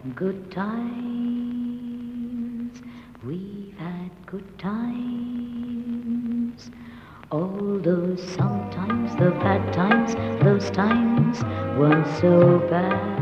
Good times, we've had good times. All those sometimes, the bad times, those times weren't so bad.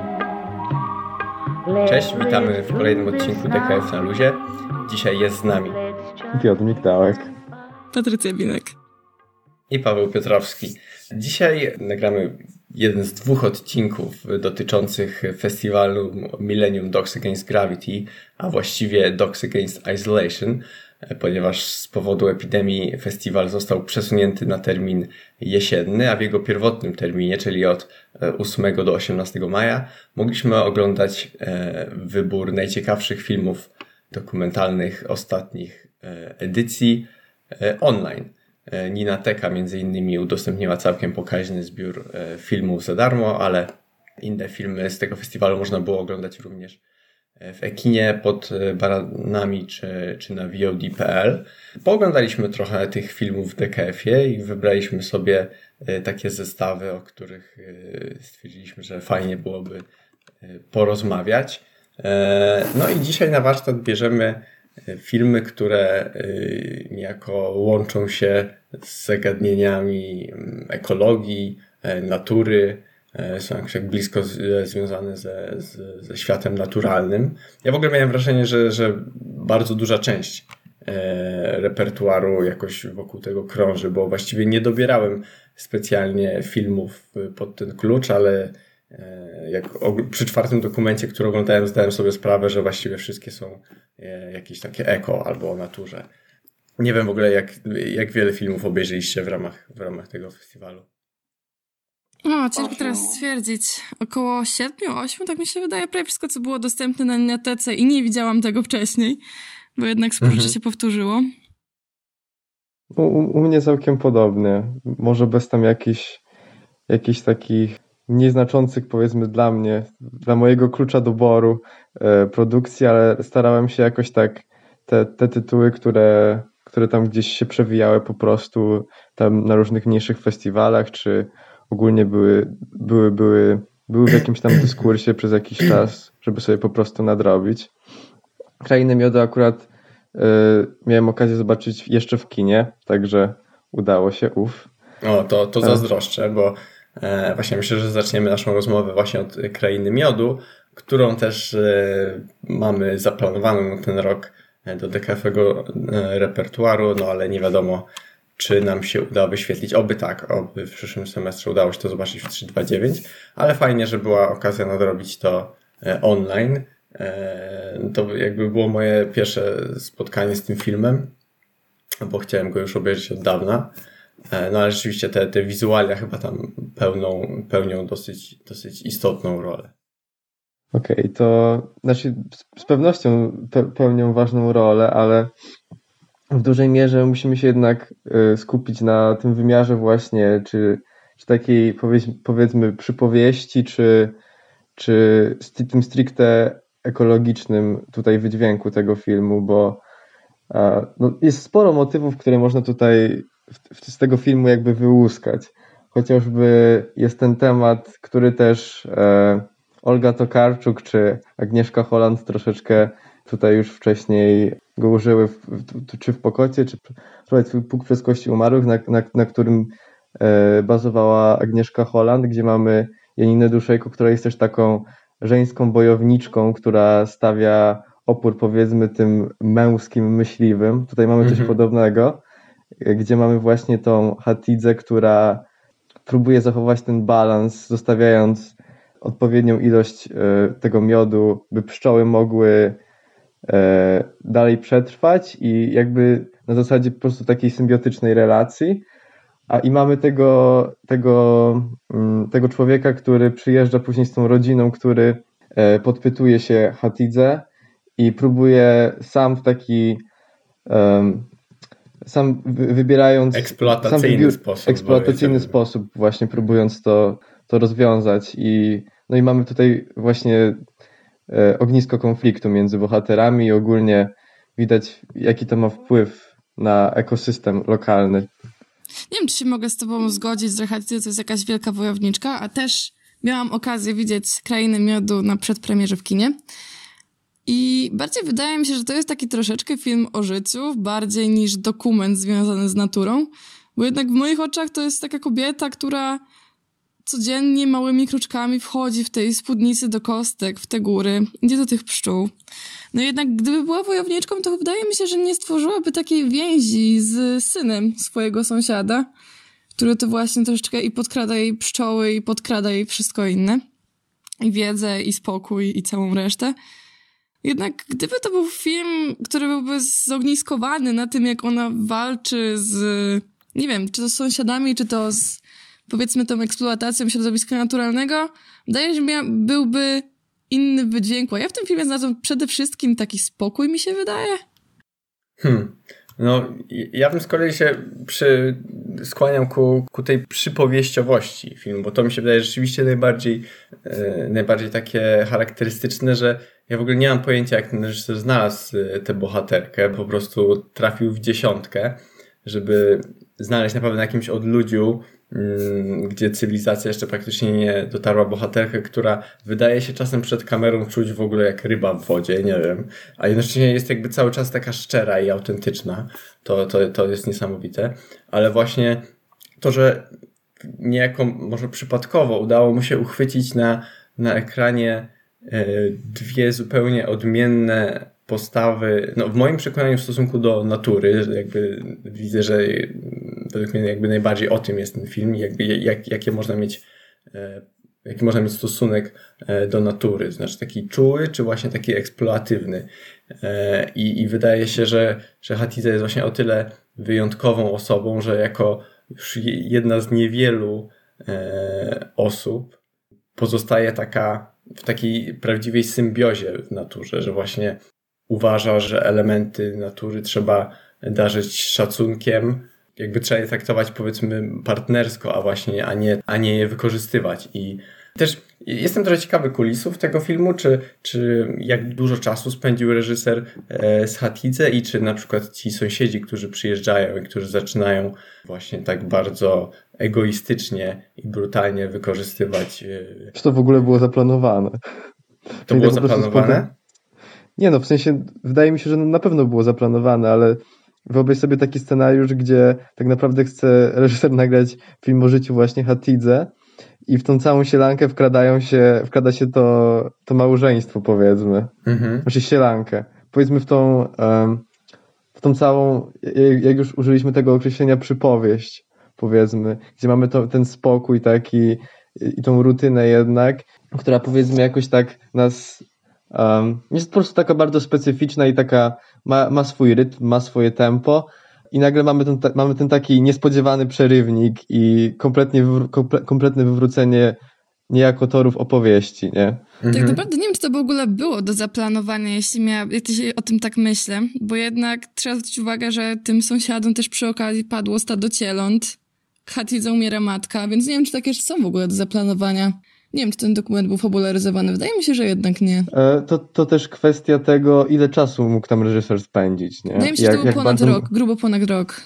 Cześć, witamy w kolejnym odcinku DKF na luzie. Dzisiaj jest z nami Piotr Mikdałek, Patrycja Binek i Paweł Piotrowski. Dzisiaj nagramy jeden z 2 odcinków dotyczących festiwalu Millennium Dogs Against Gravity, a właściwie Dogs Against Isolation, ponieważ z powodu epidemii festiwal został przesunięty na termin jesienny, a w jego pierwotnym terminie, czyli od 8 do 18 maja, mogliśmy oglądać wybór najciekawszych filmów dokumentalnych ostatnich edycji online. Ninateka między innymi udostępniła całkiem pokaźny zbiór filmów za darmo, ale inne filmy z tego festiwalu można było oglądać również w Ekinie pod baranami czy na VOD.pl. Pooglądaliśmy trochę tych filmów w DKF-ie i wybraliśmy sobie takie zestawy, o których stwierdziliśmy, że fajnie byłoby porozmawiać. No i dzisiaj na warsztat bierzemy filmy, które niejako łączą się z zagadnieniami ekologii, natury, są jakoś blisko związane ze światem naturalnym. Ja w ogóle miałem wrażenie, że bardzo duża część repertuaru jakoś wokół tego krąży, bo właściwie nie dobierałem specjalnie filmów pod ten klucz, ale przy 4. dokumencie, który oglądałem, zdałem sobie sprawę, że właściwie wszystkie są jakieś takie eko albo o naturze. Nie wiem w ogóle, jak wiele filmów obejrzeliście w ramach tego festiwalu. Ciężko teraz stwierdzić. Około 7-8, tak mi się wydaje, prawie wszystko, co było dostępne na Ninatece i nie widziałam tego wcześniej, bo jednak sporo rzeczy się powtórzyło. U mnie całkiem podobnie. Może bez tam jakichś takich mniej znaczących, powiedzmy dla mnie, dla mojego klucza doboru produkcji, ale starałem się jakoś tak te tytuły, które tam gdzieś się przewijały po prostu tam na różnych mniejszych festiwalach, czy ogólnie były w jakimś tam dyskursie przez jakiś czas, żeby sobie po prostu nadrobić. Krainę Miodu akurat miałem okazję zobaczyć jeszcze w kinie, także udało się, To zazdroszczę, bo właśnie myślę, że zaczniemy naszą rozmowę właśnie od Krainy Miodu, którą też mamy zaplanowaną na ten rok do DKF-ego repertuaru, no ale nie wiadomo, czy nam się uda wyświetlić. Oby w przyszłym semestrze udało się to zobaczyć w 329, ale fajnie, że była okazja nadrobić to online. To jakby było moje pierwsze spotkanie z tym filmem, bo chciałem go już obejrzeć od dawna. No ale rzeczywiście te wizualia chyba tam pełnią dosyć istotną rolę. Okej, to znaczy z pewnością pełnią ważną rolę, ale w dużej mierze musimy się jednak skupić na tym wymiarze właśnie, czy takiej powiedzmy przypowieści, czy tym stricte ekologicznym tutaj wydźwięku tego filmu, bo jest sporo motywów, które można tutaj z tego filmu jakby wyłuskać. Chociażby jest ten temat, który też Olga Tokarczuk czy Agnieszka Holland troszeczkę tutaj już wcześniej go użyły, czy w Pokocie, czy Puk przez kości umarłych, na którym bazowała Agnieszka Holland, gdzie mamy Janinę Duszejko, która jest też taką żeńską bojowniczką, która stawia opór powiedzmy tym męskim myśliwym. Tutaj mamy coś podobnego, gdzie mamy właśnie tą Hatidzę, która próbuje zachować ten balans, zostawiając odpowiednią ilość tego miodu, by pszczoły mogły dalej przetrwać i jakby na zasadzie po prostu takiej symbiotycznej relacji. I mamy tego człowieka, który przyjeżdża później z tą rodziną, który podpytuje się Hatidzę i próbuje sam w taki sam wybierając eksploatacyjny sposób właśnie próbując to rozwiązać i mamy tutaj właśnie ognisko konfliktu między bohaterami i ogólnie widać, jaki to ma wpływ na ekosystem lokalny. Nie wiem, czy się mogę z tobą zgodzić, że Hatice to jest jakaś wielka wojowniczka, a też miałam okazję widzieć Krainę Miodu na przedpremierze w kinie. I bardziej wydaje mi się, że to jest taki troszeczkę film o życiu, bardziej niż dokument związany z naturą. Bo jednak w moich oczach to jest taka kobieta, która codziennie małymi kroczkami wchodzi w tej spódnicy do kostek, w te góry, idzie do tych pszczół. No jednak gdyby była wojowniczką, to wydaje mi się, że nie stworzyłaby takiej więzi z synem swojego sąsiada, który to właśnie troszeczkę i podkrada jej pszczoły, i podkrada jej wszystko inne. I wiedzę, i spokój, i całą resztę. Jednak gdyby to był film, który byłby zogniskowany na tym, jak ona walczy z, nie wiem, czy to z sąsiadami, czy to z, powiedzmy, tą eksploatacją środowiska naturalnego, wydaje się, że byłby inny wydźwięk. A ja w tym filmie znalazłam przede wszystkim taki spokój, mi się wydaje. No, ja bym z kolei się skłaniał ku tej przypowieściowości filmu, bo to mi się wydaje rzeczywiście najbardziej takie charakterystyczne, że ja w ogóle nie mam pojęcia, jak ten reżyser znalazł tę bohaterkę, po prostu trafił w dziesiątkę, żeby znaleźć naprawdę na jakimś odludziu, gdzie cywilizacja jeszcze praktycznie nie dotarła, bohaterkę, która wydaje się czasem przed kamerą czuć w ogóle jak ryba w wodzie, nie wiem, a jednocześnie jest jakby cały czas taka szczera i autentyczna. To jest niesamowite, ale właśnie to, że niejako może przypadkowo udało mu się uchwycić na ekranie dwie zupełnie odmienne postawy, no w moim przekonaniu w stosunku do natury, jakby widzę, że według mnie jakby najbardziej o tym jest ten film, jakby jaki można mieć stosunek do natury, znaczy taki czuły, czy właśnie taki eksploatywny. I wydaje się, że Hatice jest właśnie o tyle wyjątkową osobą, że jako już jedna z niewielu osób pozostaje w takiej prawdziwej symbiozie w naturze, że właśnie uważa, że elementy natury trzeba darzyć szacunkiem, jakby trzeba je traktować, powiedzmy, partnersko, a nie je wykorzystywać. I też jestem trochę ciekawy kulisów tego filmu, czy jak dużo czasu spędził reżyser z Hatice i czy na przykład ci sąsiedzi, którzy przyjeżdżają i którzy zaczynają właśnie tak bardzo egoistycznie i brutalnie wykorzystywać. Czy to w ogóle było zaplanowane? To było zaplanowane? Nie no, w sensie wydaje mi się, że na pewno było zaplanowane, ale wyobraź sobie taki scenariusz, gdzie tak naprawdę chce reżyser nagrać film o życiu właśnie Hatice i w tą całą sielankę wkrada się to małżeństwo, powiedzmy. Znaczy sielankę. Powiedzmy w tą całą, jak już użyliśmy tego określenia, przypowieść, powiedzmy, gdzie mamy ten spokój taki i tą rutynę jednak, która powiedzmy jakoś tak nas jest po prostu taka bardzo specyficzna i taka ma swój rytm, ma swoje tempo i nagle mamy ten taki niespodziewany przerywnik i kompletne wywrócenie niejako torów opowieści, nie? Tak naprawdę nie wiem, czy to w ogóle było do zaplanowania, jeśli o tym tak myślę, bo jednak trzeba zwrócić uwagę, że tym sąsiadom też przy okazji padło stado cieląt, Hatice umiera matka, więc nie wiem, czy takie rzeczy są w ogóle do zaplanowania. Nie wiem, czy ten dokument był fabularyzowany. Wydaje mi się, że jednak nie. To też kwestia tego, ile czasu mógł tam reżyser spędzić, nie? Wydaje mi się, że to był ponad rok, grubo ponad rok.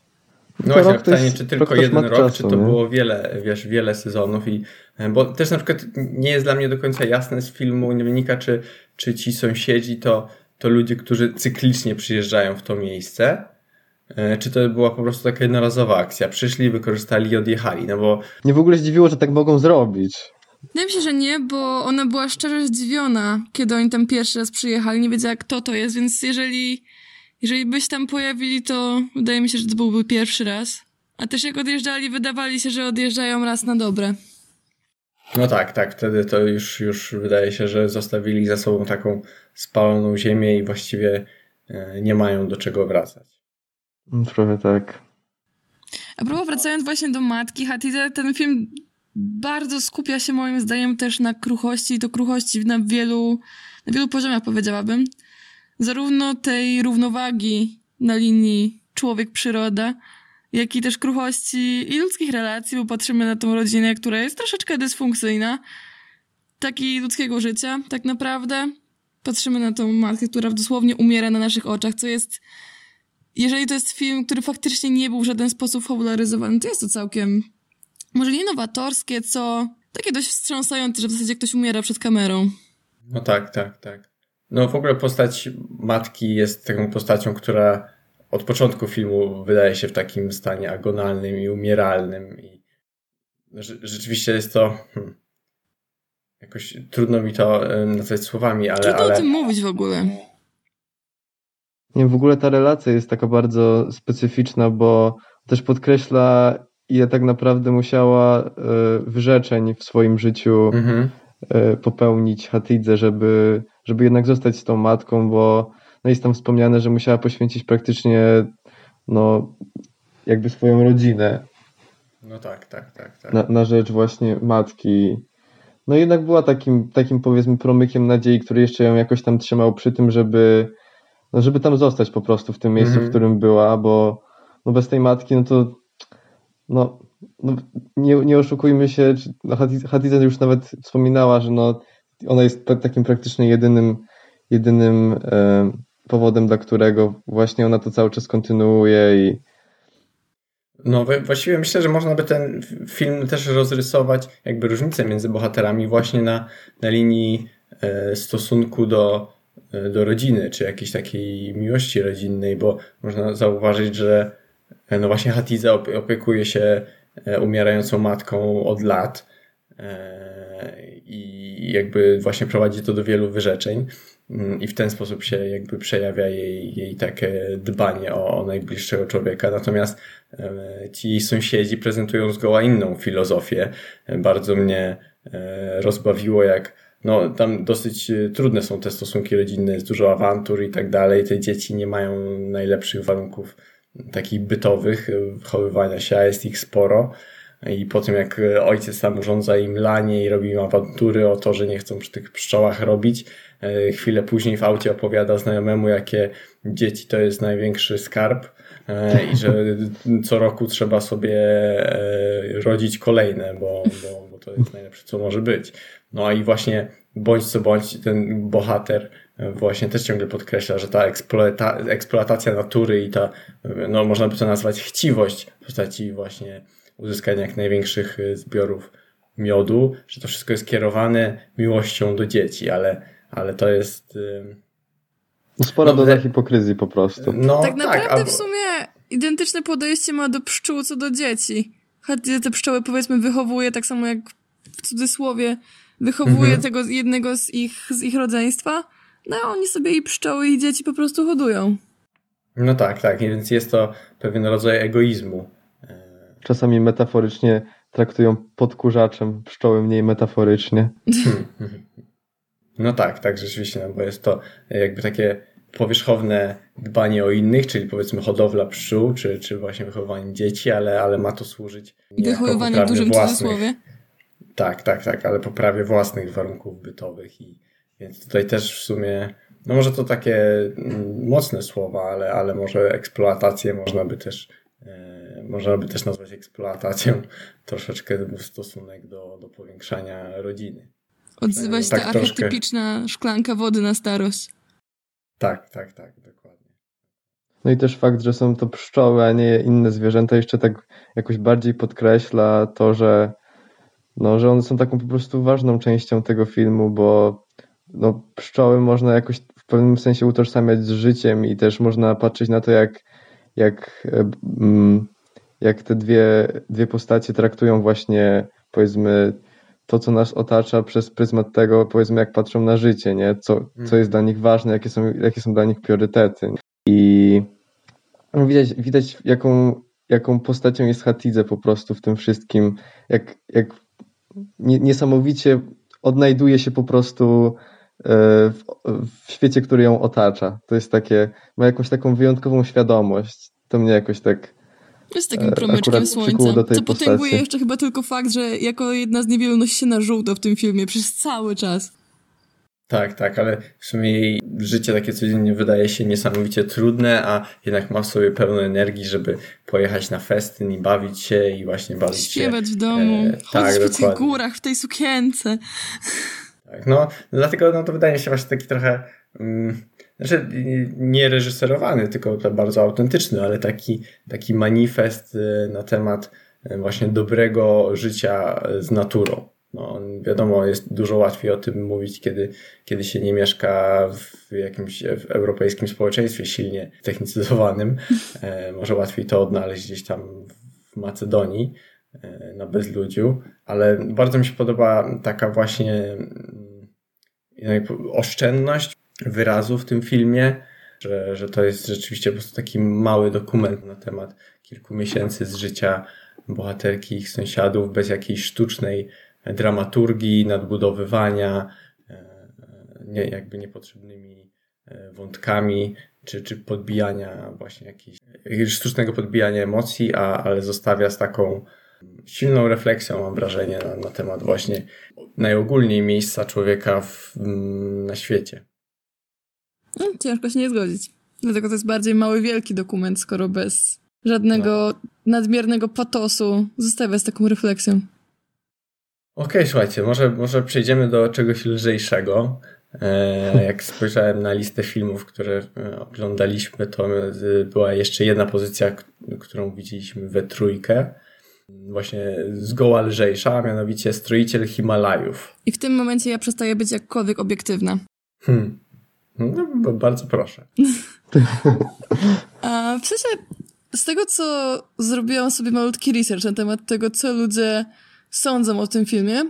No właśnie, pytanie, czy tylko jeden rok, czy to było wiele sezonów bo też na przykład nie jest dla mnie do końca jasne z filmu, nie wynika, czy ci sąsiedzi to ludzie, którzy cyklicznie przyjeżdżają w to miejsce, czy to była po prostu taka jednorazowa akcja. Przyszli, wykorzystali i odjechali, no bo... Mnie w ogóle zdziwiło, że tak mogą zrobić. Wydaje mi się, że nie, bo ona była szczerze zdziwiona, kiedy oni tam pierwszy raz przyjechali, nie wiedziała, kto to jest, więc jeżeli byś tam pojawili, to wydaje mi się, że to byłby pierwszy raz. A też jak odjeżdżali, wydawali się, że odjeżdżają raz na dobre. No tak, wtedy to już wydaje się, że zostawili za sobą taką spaloną ziemię i właściwie nie mają do czego wracać. Trochę tak. A propos, wracając właśnie do matki Hatice, ten film bardzo skupia się moim zdaniem też na kruchości i to kruchości na wielu poziomach, powiedziałabym. Zarówno tej równowagi na linii człowiek-przyroda, jak i też kruchości i ludzkich relacji, bo patrzymy na tą rodzinę, która jest troszeczkę dysfunkcyjna, tak i ludzkiego życia tak naprawdę. Patrzymy na tą matkę, która dosłownie umiera na naszych oczach, co jest... Jeżeli to jest film, który faktycznie nie był w żaden sposób fabularyzowany, to jest to całkiem może nie nowatorskie, co Takie dość wstrząsające, że w zasadzie ktoś umiera przed kamerą. No tak. No w ogóle postać matki jest taką postacią, która od początku filmu wydaje się w takim stanie agonalnym i umieralnym. I rzeczywiście jest to... Jakoś trudno mi to nazwać słowami, ale... Trudno o tym mówić w ogóle. Nie, w ogóle ta relacja jest taka bardzo specyficzna, bo też podkreśla, ile tak naprawdę musiała wyrzeczeń w swoim życiu popełnić Hatidze, żeby jednak zostać z tą matką, bo no jest tam wspomniane, że musiała poświęcić praktycznie jakby swoją rodzinę. No tak. Na rzecz właśnie matki. No jednak była takim powiedzmy promykiem nadziei, który jeszcze ją jakoś tam trzymał przy tym, żeby tam zostać po prostu w tym miejscu, w którym była, bo bez tej matki, nie oszukujmy się, Hatidze już nawet wspominała, że ona jest takim praktycznie jedynym powodem, dla którego właśnie ona to cały czas kontynuuje i no właściwie myślę, że można by ten film też rozrysować jakby różnicę między bohaterami właśnie na linii stosunku do rodziny, czy jakiejś takiej miłości rodzinnej, bo można zauważyć, że no właśnie Hatidze opiekuje się umierającą matką od lat i jakby właśnie prowadzi to do wielu wyrzeczeń i w ten sposób się jakby przejawia jej takie dbanie o najbliższego człowieka. Natomiast ci jej sąsiedzi prezentują zgoła inną filozofię. Bardzo mnie rozbawiło, jak tam dosyć trudne są te stosunki rodzinne, jest dużo awantur i tak dalej. Te dzieci nie mają najlepszych warunków takich bytowych wychowywania się, a jest ich sporo. I po tym jak ojciec sam urządza im lanie i robi im awantury o to, że nie chcą przy tych pszczołach robić, chwilę później w aucie opowiada znajomemu, jakie dzieci to jest największy skarb i że co roku trzeba sobie rodzić kolejne, bo to jest najlepsze, co może być. No i właśnie bądź co bądź ten bohater właśnie też ciągle podkreśla, że ta eksploatacja natury i ta, można by to nazwać chciwość w postaci właśnie uzyskania jak największych zbiorów miodu, że to wszystko jest kierowane miłością do dzieci, ale to jest... Spora doza hipokryzji po prostu. Tak naprawdę w sumie identyczne podejście ma do pszczół co do dzieci. Hatidze te pszczoły powiedzmy wychowuje, tak samo jak w cudzysłowie wychowuje tego jednego z ich rodzeństwa, a oni sobie i pszczoły i dzieci po prostu hodują. No tak, więc jest to pewien rodzaj egoizmu. Czasami metaforycznie traktują podkurzaczem pszczoły, mniej metaforycznie. No tak, rzeczywiście, bo jest to jakby takie powierzchowne dbanie o innych, czyli powiedzmy hodowla pszczół, czy właśnie wychowywanie dzieci, ale ma to służyć wychowywanie w dużym cudzysłowie. Tak, ale poprawie własnych warunków bytowych więc tutaj też w sumie, może to takie mocne słowa, ale może eksploatację można by też nazwać eksploatacją troszeczkę w stosunek do powiększania rodziny. Odzywa się ta archetypiczna szklanka wody na starość. Tak, dokładnie. No i też fakt, że są to pszczoły, a nie inne zwierzęta jeszcze tak jakoś bardziej podkreśla to, że one są taką po prostu ważną częścią tego filmu, bo pszczoły można jakoś w pewnym sensie utożsamiać z życiem i też można patrzeć na to, jak te dwie postacie traktują właśnie, powiedzmy, to, co nas otacza przez pryzmat tego, powiedzmy, jak patrzą na życie, nie? Co jest dla nich ważne, jakie są dla nich priorytety. I widać jaką postacią jest Hatidze po prostu w tym wszystkim, jak niesamowicie odnajduje się po prostu w świecie, który ją otacza. To jest ma jakąś taką wyjątkową świadomość. To mnie jakoś tak jest takim promyczkiem słońca, co potęguje jeszcze chyba tylko fakt, że jako jedna z niewielu nosi się na żółto w tym filmie przez cały czas. Tak, ale w sumie jej życie takie codziennie wydaje się niesamowicie trudne, a jednak ma w sobie pełno energii, żeby pojechać na festyn i bawić się i właśnie bawić się. Śpiewać w domu, chodzić po tych górach w tej sukience. Tak, dlatego to wydaje mi się właśnie taki trochę nie reżyserowany, tylko bardzo autentyczny, ale taki manifest na temat właśnie dobrego życia z naturą. No, wiadomo, jest dużo łatwiej o tym mówić, kiedy się nie mieszka w jakimś europejskim społeczeństwie silnie technicyzowanym. Może łatwiej to odnaleźć gdzieś tam w Macedonii, na bezludziu, ale bardzo mi się podoba taka właśnie oszczędność wyrazu w tym filmie, że to jest rzeczywiście po prostu taki mały dokument na temat kilku miesięcy z życia bohaterki i ich sąsiadów, bez jakiejś sztucznej dramaturgii, nadbudowywania, jakby niepotrzebnymi wątkami, czy podbijania właśnie jakiegoś sztucznego podbijania emocji, ale zostawia z taką silną refleksją, mam wrażenie, na temat właśnie najogólniej miejsca człowieka na świecie. No, ciężko się nie zgodzić. Dlatego to jest bardziej mały, wielki dokument, skoro bez żadnego nadmiernego patosu zostawia z taką refleksją. Okej, słuchajcie, może przejdziemy do czegoś lżejszego. Jak spojrzałem na listę filmów, które oglądaliśmy, to była jeszcze jedna pozycja, którą widzieliśmy we trójkę. Właśnie zgoła lżejsza, a mianowicie Stroiciel Himalajów. I w tym momencie ja przestaję być jakkolwiek obiektywna. No, bardzo proszę. A w sensie, z tego co zrobiłam sobie malutki research na temat tego, co ludzie sądzą o tym filmie.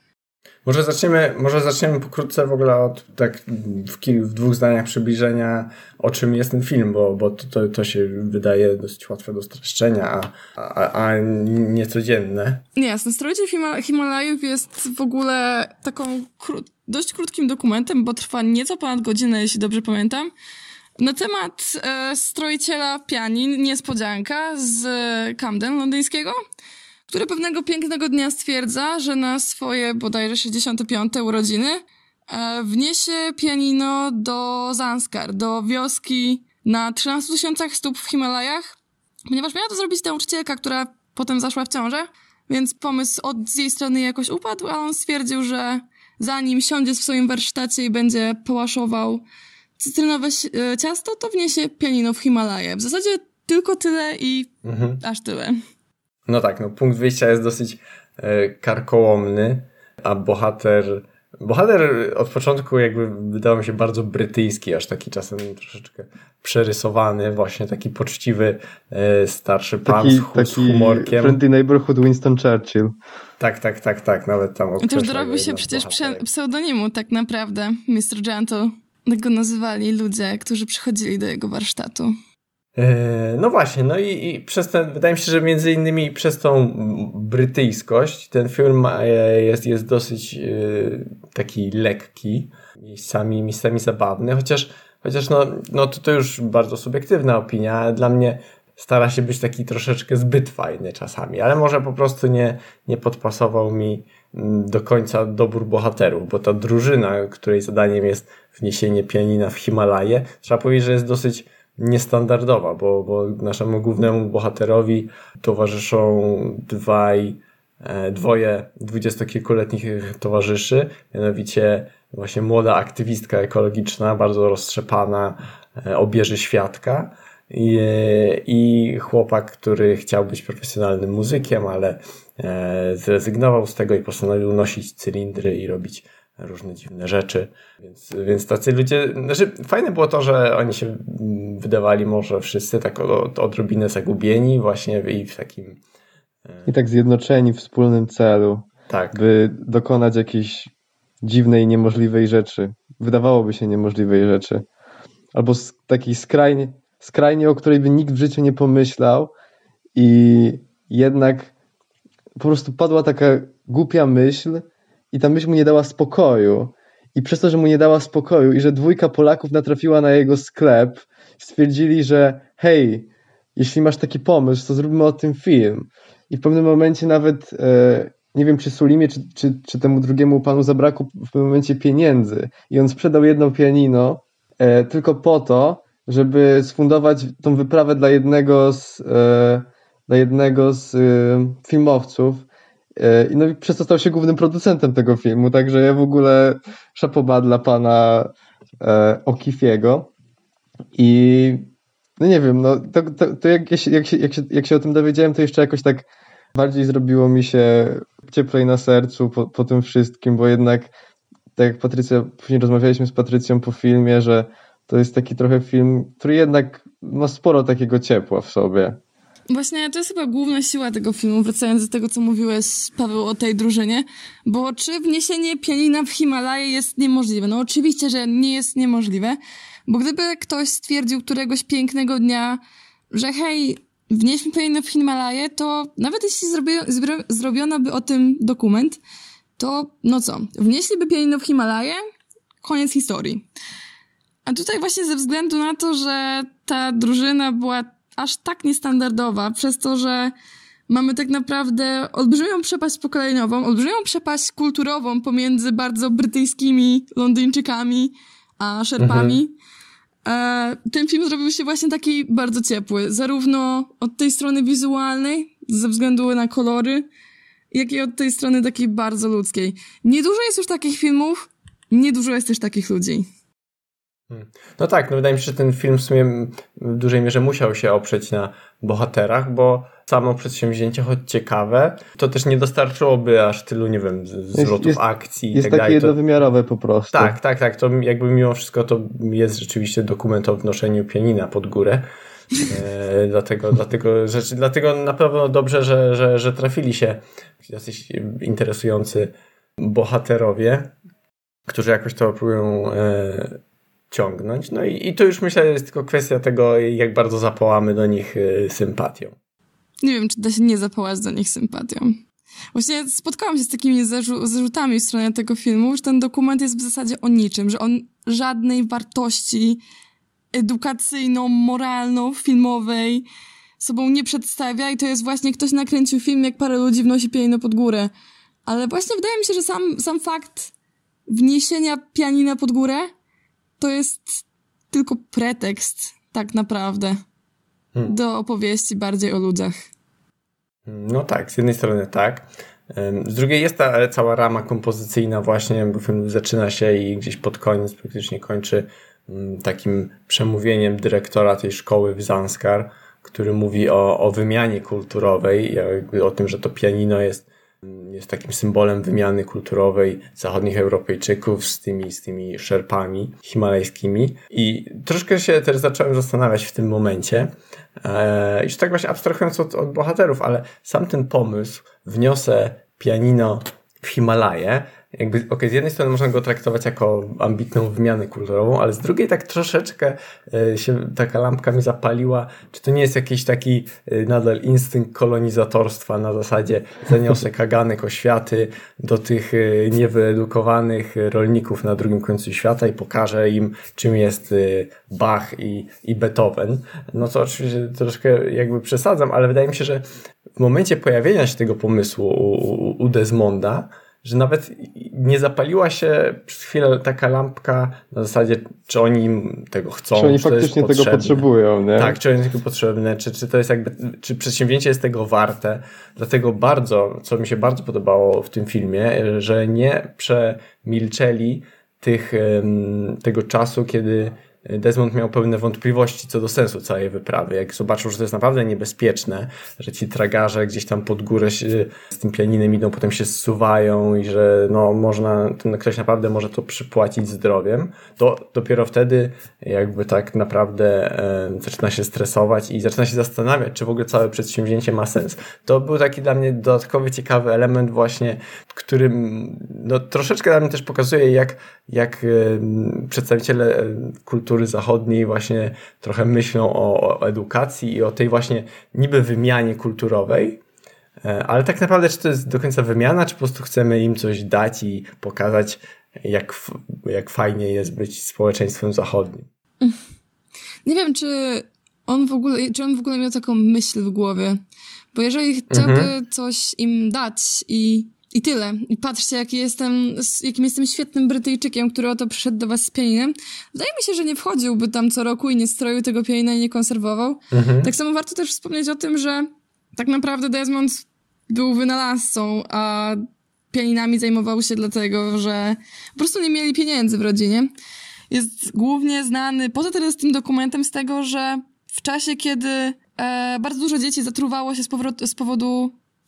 Może zaczniemy pokrótce w ogóle od tak w dwóch zdaniach przybliżenia, o czym jest ten film, bo to się wydaje dosyć łatwe do streszczenia, a niecodzienne. Jasne. Stroiciel Himalajów jest w ogóle taką dość krótkim dokumentem, bo trwa nieco ponad godzinę, jeśli dobrze pamiętam. Na temat stroiciela pianin, niespodzianka z Camden londyńskiego, który pewnego pięknego dnia stwierdza, że na swoje bodajże 65. urodziny wniesie pianino do Zanskar, do wioski na 13 000 stóp w Himalajach, ponieważ miała to zrobić nauczycielka, która potem zaszła w ciążę, więc pomysł z jej strony jakoś upadł, a on stwierdził, że zanim siądzie w swoim warsztacie i będzie połaszował cytrynowe ciasto, to wniesie pianino w Himalaje. W zasadzie tylko tyle i aż tyle. No tak, punkt wyjścia jest dosyć karkołomny, a bohater od początku jakby wydawał mi się bardzo brytyjski, aż taki czasem troszeczkę przerysowany, właśnie taki poczciwy starszy pan z humorkiem. Friendly neighborhood Winston Churchill. Tak, nawet tam to już dorobił się przecież pseudonimu tak naprawdę, Mr. Gentle. Tak go nazywali ludzie, którzy przychodzili do jego warsztatu. No właśnie, i przez ten, wydaje mi się, że między innymi przez tą brytyjskość ten film jest dosyć taki lekki, miejscami zabawny, chociaż to już bardzo subiektywna opinia, ale dla mnie stara się być taki troszeczkę zbyt fajny czasami, ale może po prostu nie podpasował mi do końca dobór bohaterów, bo ta drużyna, której zadaniem jest wniesienie pianina w Himalaje, trzeba powiedzieć, że jest dosyć niestandardowa, bo naszemu głównemu bohaterowi towarzyszą dwoje dwudziestokilkuletnich towarzyszy, mianowicie właśnie młoda aktywistka ekologiczna, bardzo roztrzepana, obieży świadka i chłopak, który chciał być profesjonalnym muzykiem, ale zrezygnował z tego i postanowił nosić cylindry i robić różne dziwne rzeczy, więc tacy ludzie, fajne było to, że oni się wydawali może wszyscy tak odrobinę zagubieni właśnie i w takim... I tak zjednoczeni w wspólnym celu, tak, by dokonać jakiejś dziwnej, niemożliwej rzeczy. Wydawałoby się niemożliwej rzeczy. Albo takiej skrajnie, o której by nikt w życiu nie pomyślał i jednak po prostu padła taka głupia myśl i ta myśl mu nie dała spokoju. I przez to, że mu nie dała spokoju i że 2 Polaków natrafiła na jego sklep, stwierdzili, że hej, jeśli masz taki pomysł, to zróbmy o tym film. I w pewnym momencie nawet, nie wiem, czy Sulimie, czy temu drugiemu panu zabrakło w pewnym momencie pieniędzy. I on sprzedał jedno pianino tylko po to, żeby sfundować tą wyprawę dla jednego z filmowców. I przez to stał się głównym producentem tego filmu, także ja w ogóle szapoba dla pana O'Keefe'ego. I no nie wiem, to jak się o tym dowiedziałem, to jeszcze jakoś tak Bardziej zrobiło mi się cieplej na sercu po tym wszystkim, bo jednak, tak jak Patrycja, później rozmawialiśmy z Patrycją po filmie, że to jest taki trochę film, który jednak ma sporo takiego ciepła w sobie. Właśnie to jest chyba główna siła tego filmu, wracając do tego, co mówiłeś, Paweł, o tej drużynie, bo czy wniesienie pianina w Himalaje jest niemożliwe? No oczywiście, że nie jest niemożliwe, bo gdyby ktoś stwierdził któregoś pięknego dnia, że hej, wnieśmy pianino w Himalaje, to nawet jeśli zrobiono by o tym dokument, to no co, wnieśliby pianino w Himalaje, koniec historii. A tutaj właśnie ze względu na to, że ta drużyna była aż tak niestandardowa, przez to, że mamy tak naprawdę olbrzymią przepaść pokoleniową, olbrzymią przepaść kulturową pomiędzy bardzo brytyjskimi Londyńczykami a Szerpami. Ten film zrobił się właśnie taki bardzo ciepły, zarówno od tej strony wizualnej, ze względu na kolory, jak i od tej strony takiej bardzo ludzkiej. Niedużo jest już takich filmów, niedużo jest też takich ludzi. No tak, no wydaje mi się, że ten film w sumie w dużej mierze musiał się oprzeć na bohaterach, bo samo przedsięwzięcie, choć ciekawe, to też nie dostarczyłoby aż tylu, nie wiem, zwrotów akcji i tak dalej. Jest takie jednowymiarowe po prostu. Tak. To jakby mimo wszystko to jest rzeczywiście dokument o wnoszeniu pianina pod górę. Dlatego na pewno dobrze, że trafili się jacyś interesujący bohaterowie, którzy jakoś to próbują ciągnąć. No i to już myślę jest tylko kwestia tego, jak bardzo zapałamy do nich sympatią. Nie wiem, czy da się nie zapałać do nich sympatią. Właśnie spotkałam się z takimi zarzutami w stronie tego filmu, że ten dokument jest w zasadzie o niczym, że on żadnej wartości edukacyjno-moralno filmowej sobą nie przedstawia i to jest właśnie ktoś nakręcił film, jak parę ludzi wnosi pianino pod górę. Ale właśnie wydaje mi się, że sam fakt wniesienia pianina pod górę to jest tylko pretekst tak naprawdę do opowieści bardziej o ludziach. No tak, z jednej strony tak. Z drugiej jest ta cała rama kompozycyjna właśnie, bo film zaczyna się i gdzieś pod koniec praktycznie kończy takim przemówieniem dyrektora tej szkoły w Zanskar, który mówi o wymianie kulturowej, jakby o tym, że to pianino jest takim symbolem wymiany kulturowej zachodnich Europejczyków z tymi Szerpami himalajskimi. I troszkę się też zacząłem zastanawiać w tym momencie, już tak właśnie abstrahując od bohaterów, ale sam ten pomysł, wniosę pianino w Himalaje, jakby, z jednej strony można go traktować jako ambitną wymianę kulturową, ale z drugiej tak troszeczkę się taka lampka mi zapaliła, czy to nie jest jakiś taki nadal instynkt kolonizatorstwa na zasadzie zaniosę kaganek oświaty do tych niewyedukowanych rolników na drugim końcu świata i pokażę im, czym jest Bach i Beethoven. No to oczywiście troszkę jakby przesadzam, ale wydaje mi się, że w momencie pojawienia się tego pomysłu u Desmonda, że nawet nie zapaliła się przez chwilę taka lampka na zasadzie, czy oni tego chcą, czy oni faktycznie tego potrzebują, nie? Tak, czy oni tego potrzebne, czy to jest jakby, czy przedsięwzięcie jest tego warte. Dlatego bardzo, co mi się bardzo podobało w tym filmie, że nie przemilczeli tego czasu, kiedy Desmond miał pewne wątpliwości co do sensu całej wyprawy. Jak zobaczył, że to jest naprawdę niebezpieczne, że ci tragarze gdzieś tam pod górę z tym pianinem idą, potem się zsuwają i że ktoś naprawdę może to przypłacić zdrowiem, to dopiero wtedy jakby tak naprawdę zaczyna się stresować i zaczyna się zastanawiać, czy w ogóle całe przedsięwzięcie ma sens. To był taki dla mnie dodatkowy, ciekawy element właśnie, który troszeczkę dla mnie też pokazuje, jak przedstawiciele kultury zachodniej właśnie trochę myślą o edukacji i o tej właśnie niby wymianie kulturowej, ale tak naprawdę czy to jest do końca wymiana, czy po prostu chcemy im coś dać i pokazać, jak fajnie jest być społeczeństwem zachodnim. Nie wiem, czy on w ogóle miał taką myśl w głowie, bo jeżeli chciałby coś im dać i tyle. I patrzcie, jakim jestem świetnym Brytyjczykiem, który oto przyszedł do was z pianinem. Wydaje mi się, że nie wchodziłby tam co roku i nie stroił tego pianina i nie konserwował. Tak samo warto też wspomnieć o tym, że tak naprawdę Desmond był wynalazcą, a pianinami zajmował się dlatego, że po prostu nie mieli pieniędzy w rodzinie. Jest głównie znany, poza teraz tym dokumentem, z tego, że w czasie, kiedy bardzo dużo dzieci zatruwało się z powodu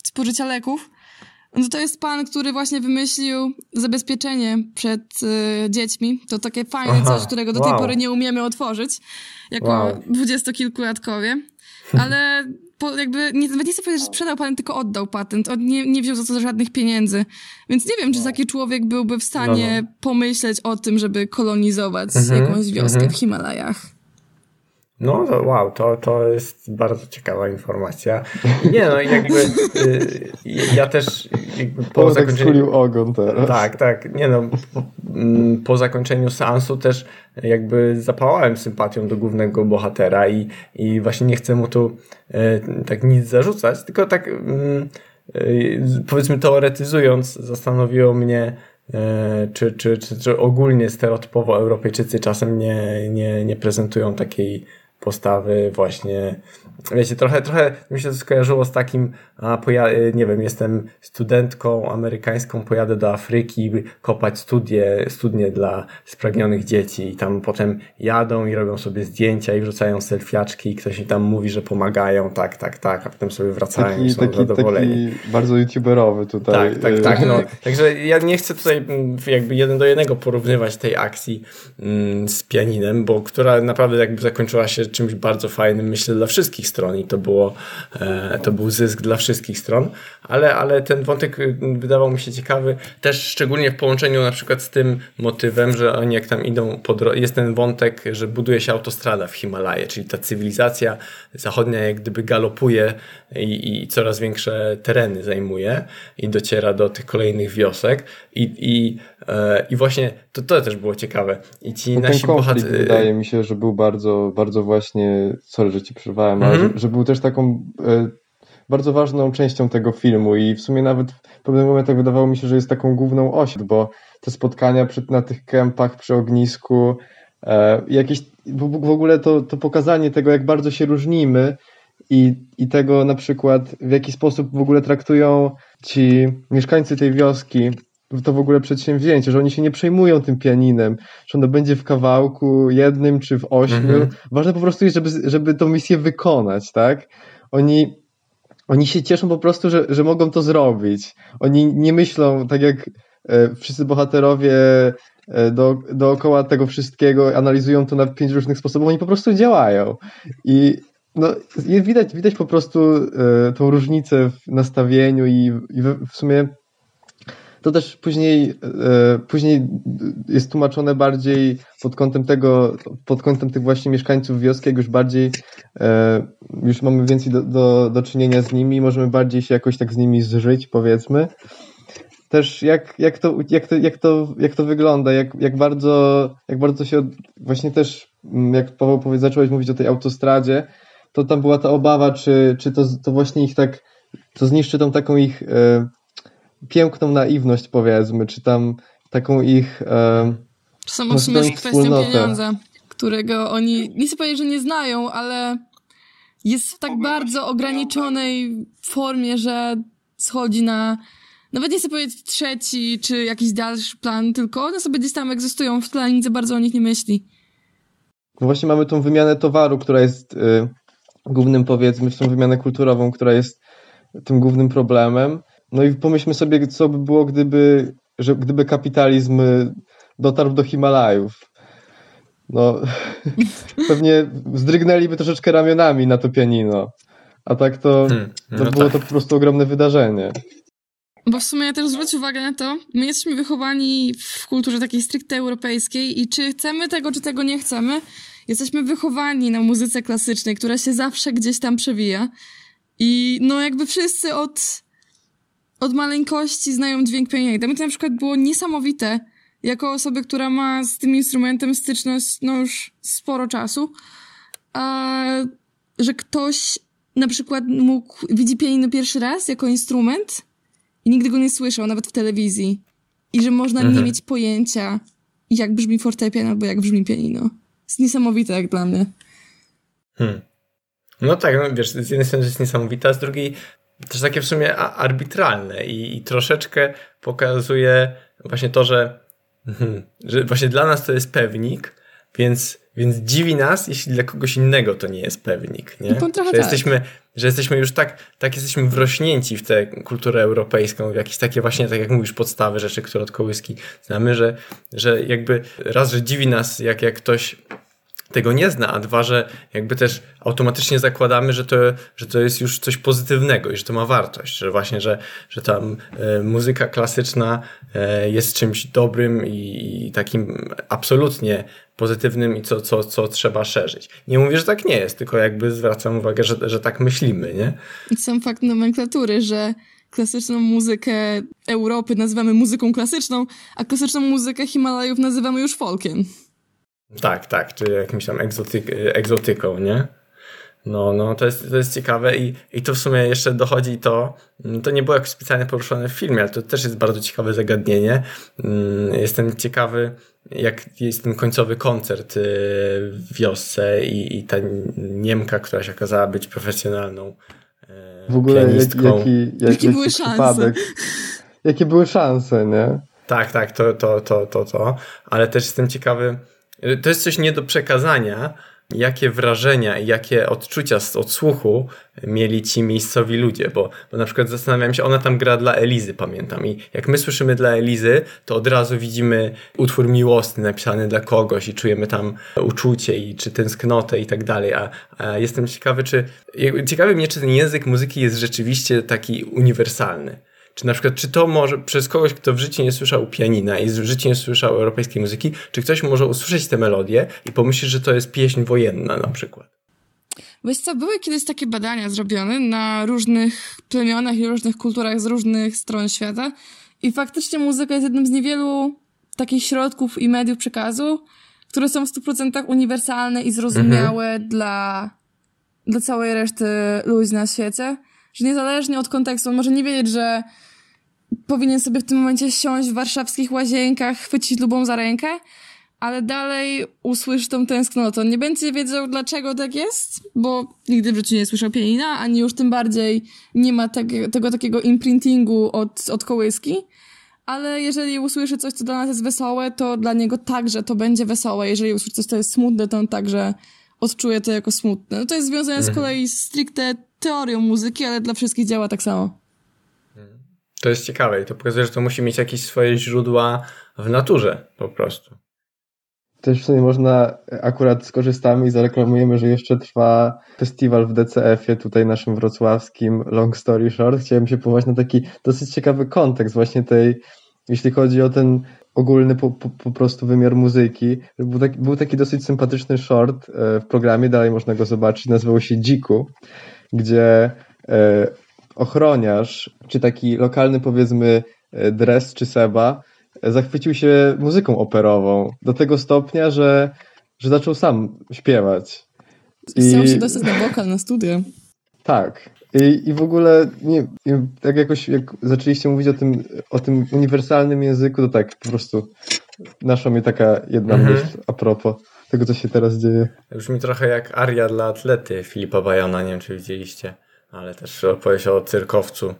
spożycia leków, no to jest pan, który właśnie wymyślił zabezpieczenie przed dziećmi. To takie fajne coś, którego do tej pory nie umiemy otworzyć, jako 20-kilkulatkowie. Ale jakby nawet nie chcę powiedzieć, że sprzedał patent, tylko oddał patent. On nie wziął za to żadnych pieniędzy. Więc nie wiem, czy taki człowiek byłby w stanie pomyśleć o tym, żeby kolonizować jakąś wioskę w Himalajach. No to jest bardzo ciekawa informacja. Nie no, jakby ja też jakby po zakończeniu... ogon teraz. Tak. Nie no, po zakończeniu seansu też jakby zapałałem sympatią do głównego bohatera i właśnie nie chcę mu tu tak nic zarzucać, tylko tak powiedzmy teoretyzując zastanowiło mnie, czy ogólnie stereotypowo Europejczycy czasem nie prezentują takiej postawy właśnie, wiecie, trochę mi się to skojarzyło z takim, nie wiem, jestem studentką amerykańską, pojadę do Afryki kopać studnie dla spragnionych dzieci i tam potem jadą i robią sobie zdjęcia i wrzucają selfiaczki i ktoś mi tam mówi, że pomagają, tak, a potem sobie wracają i są zadowoleni. Taki bardzo youtuberowy tutaj. Tak, no. Także ja nie chcę tutaj jakby 1 do 1 porównywać tej akcji z pianinem, bo która naprawdę jakby zakończyła się czymś bardzo fajnym, myślę, dla wszystkich stron i to był zysk dla wszystkich stron, ale ten wątek wydawał mi się ciekawy, też szczególnie w połączeniu na przykład z tym motywem, że oni jak tam idą jest ten wątek, że buduje się autostrada w Himalaje, czyli ta cywilizacja zachodnia jak gdyby galopuje i coraz większe tereny zajmuje i dociera do tych kolejnych wiosek i właśnie to też było ciekawe. I ci nasi bohaterowie... Wydaje mi się, że był bardzo, bardzo właśnie, sorry, że ci przerwałem, ale że był też taką bardzo ważną częścią tego filmu i w sumie nawet w pewnym momentach wydawało mi się, że jest taką główną osią, bo te spotkania na tych kempach przy ognisku, jakieś w ogóle to pokazanie tego, jak bardzo się różnimy i tego na przykład w jaki sposób w ogóle traktują ci mieszkańcy tej wioski to w ogóle przedsięwzięcie, że oni się nie przejmują tym pianinem, czy ono będzie w kawałku 1 czy w 8. Ważne po prostu jest, żeby tą misję wykonać, tak? Oni się cieszą po prostu, że mogą to zrobić. Oni nie myślą, tak jak wszyscy bohaterowie dookoła tego wszystkiego, analizują to na 5 różnych sposobów, oni po prostu działają. I no, widać po prostu tą różnicę w nastawieniu i w sumie to też później jest tłumaczone bardziej pod kątem tych właśnie mieszkańców wioski, jak już bardziej już mamy więcej do czynienia z nimi, możemy bardziej się jakoś tak z nimi zżyć, powiedzmy. Też jak to wygląda, jak bardzo się właśnie też, jak Paweł zacząłeś mówić o tej autostradzie, to tam była ta obawa, czy to właśnie ich tak, to zniszczy tą taką ich piękną naiwność, powiedzmy, czy tam taką ich czy samo w sumie jest kwestią pieniądza, którego oni, nie chcę powiedzieć, że nie znają, ale jest w tak bardzo ograniczonej formie, że schodzi na, nawet nie chcę powiedzieć 3. czy jakiś dalszy plan, tylko one sobie gdzieś tam egzystują w tle, nic za bardzo o nich nie myśli. No właśnie mamy tą wymianę towaru, która jest głównym, powiedzmy, tą wymianę kulturową, która jest tym głównym problemem. No i pomyślmy sobie, co by było, gdyby kapitalizm dotarł do Himalajów. No, pewnie zdrygnęliby troszeczkę ramionami na to pianino. A tak to było to po prostu ogromne wydarzenie. Bo w sumie też zwróć uwagę na to, my jesteśmy wychowani w kulturze takiej stricte europejskiej i czy chcemy tego, czy tego nie chcemy, jesteśmy wychowani na muzyce klasycznej, która się zawsze gdzieś tam przewija. I no jakby wszyscy od maleńkości znają dźwięk pianina. Dla mnie to na przykład było niesamowite, jako osoby, która ma z tym instrumentem styczność no już sporo czasu, że ktoś na przykład widzi pianino pierwszy raz jako instrument i nigdy go nie słyszał, nawet w telewizji. I że można nie mieć pojęcia, jak brzmi fortepian albo jak brzmi pianino. Jest niesamowite jak dla mnie. No tak, no wiesz, z jednej strony jest niesamowite, a z drugiej też takie w sumie arbitralne i troszeczkę pokazuje właśnie to, że właśnie dla nas to jest pewnik, więc dziwi nas, jeśli dla kogoś innego to nie jest pewnik, nie? Że że jesteśmy już tak jesteśmy wrośnięci w tę kulturę europejską, w jakieś takie właśnie, tak jak mówisz, podstawy rzeczy, które od kołyski znamy, że jakby raz, że dziwi nas, jak ktoś tego nie zna, a dwa, że jakby też automatycznie zakładamy, że to jest już coś pozytywnego i że to ma wartość, że właśnie, że tam muzyka klasyczna jest czymś dobrym i takim absolutnie pozytywnym i co trzeba szerzyć. Nie mówię, że tak nie jest, tylko jakby zwracam uwagę, że tak myślimy, nie? Sam fakt nomenklatury, że klasyczną muzykę Europy nazywamy muzyką klasyczną, a klasyczną muzykę Himalajów nazywamy już folkiem. Tak, czy jakimś tam egzotyką, nie? No, to jest ciekawe i to w sumie jeszcze dochodzi to nie było jakoś specjalnie poruszone w filmie, ale to też jest bardzo ciekawe zagadnienie. Jestem ciekawy, jak jest ten końcowy koncert w wiosce i ta Niemka, która się okazała być profesjonalną w ogóle pianistką. Jakie były szanse? Jakie były szanse, nie? Tak, to. Ale też jestem ciekawy, to jest coś nie do przekazania, jakie wrażenia i jakie odczucia od odsłuchu mieli ci miejscowi ludzie, bo na przykład zastanawiam się, ona tam gra dla Elizy, pamiętam, i jak my słyszymy dla Elizy, to od razu widzimy utwór miłosny napisany dla kogoś i czujemy tam uczucie czy tęsknotę i tak dalej, a jestem ciekawy, ciekawi mnie, czy ten język muzyki jest rzeczywiście taki uniwersalny. Czy na przykład, czy to może przez kogoś, kto w życiu nie słyszał pianina i w życiu nie słyszał europejskiej muzyki, czy ktoś może usłyszeć tę melodię i pomyśleć, że to jest pieśń wojenna na przykład? Wiesz co, były kiedyś takie badania zrobione na różnych plemionach i różnych kulturach z różnych stron świata i faktycznie muzyka jest jednym z niewielu takich środków i mediów przekazu, które są w 100% uniwersalne i zrozumiałe dla całej reszty ludzi na świecie. Że niezależnie od kontekstu, on może nie wiedzieć, że powinien sobie w tym momencie siąść w warszawskich Łazienkach, chwycić lubą za rękę, ale dalej usłyszy tą tęsknotę. On nie będzie wiedział, dlaczego tak jest, bo nigdy w życiu nie słyszał pianina, ani już tym bardziej nie ma tego takiego imprintingu od kołyski, ale jeżeli usłyszy coś, co dla nas jest wesołe, to dla niego także to będzie wesołe. Jeżeli usłyszy coś, co jest smutne, to on także odczuje to jako smutne. No to jest związane z kolei stricte teorią muzyki, ale dla wszystkich działa tak samo. To jest ciekawe i to pokazuje, że to musi mieć jakieś swoje źródła w naturze po prostu. Też w sumie można, akurat skorzystamy i zareklamujemy, że jeszcze trwa festiwal w DCF-ie, tutaj naszym wrocławskim, Long Story Short. Chciałem się powołać na taki dosyć ciekawy kontekst właśnie jeśli chodzi o ten ogólny po prostu wymiar muzyki. Był taki dosyć sympatyczny short w programie, dalej można go zobaczyć, nazywał się Dziku, gdzie ochroniarz, czy taki lokalny powiedzmy Dres czy Seba zachwycił się muzyką operową do tego stopnia, że zaczął sam śpiewać. Chciał się dostać na wokal, na studia. Tak. I w ogóle tak jakoś jak zaczęliście mówić o tym uniwersalnym języku, to tak po prostu naszła mnie taka jedna myśl a propos tego, co się teraz dzieje. Brzmi trochę jak aria dla atlety Filipa Bajana, nie wiem, czy widzieliście, ale też opowieść o cyrkowcu,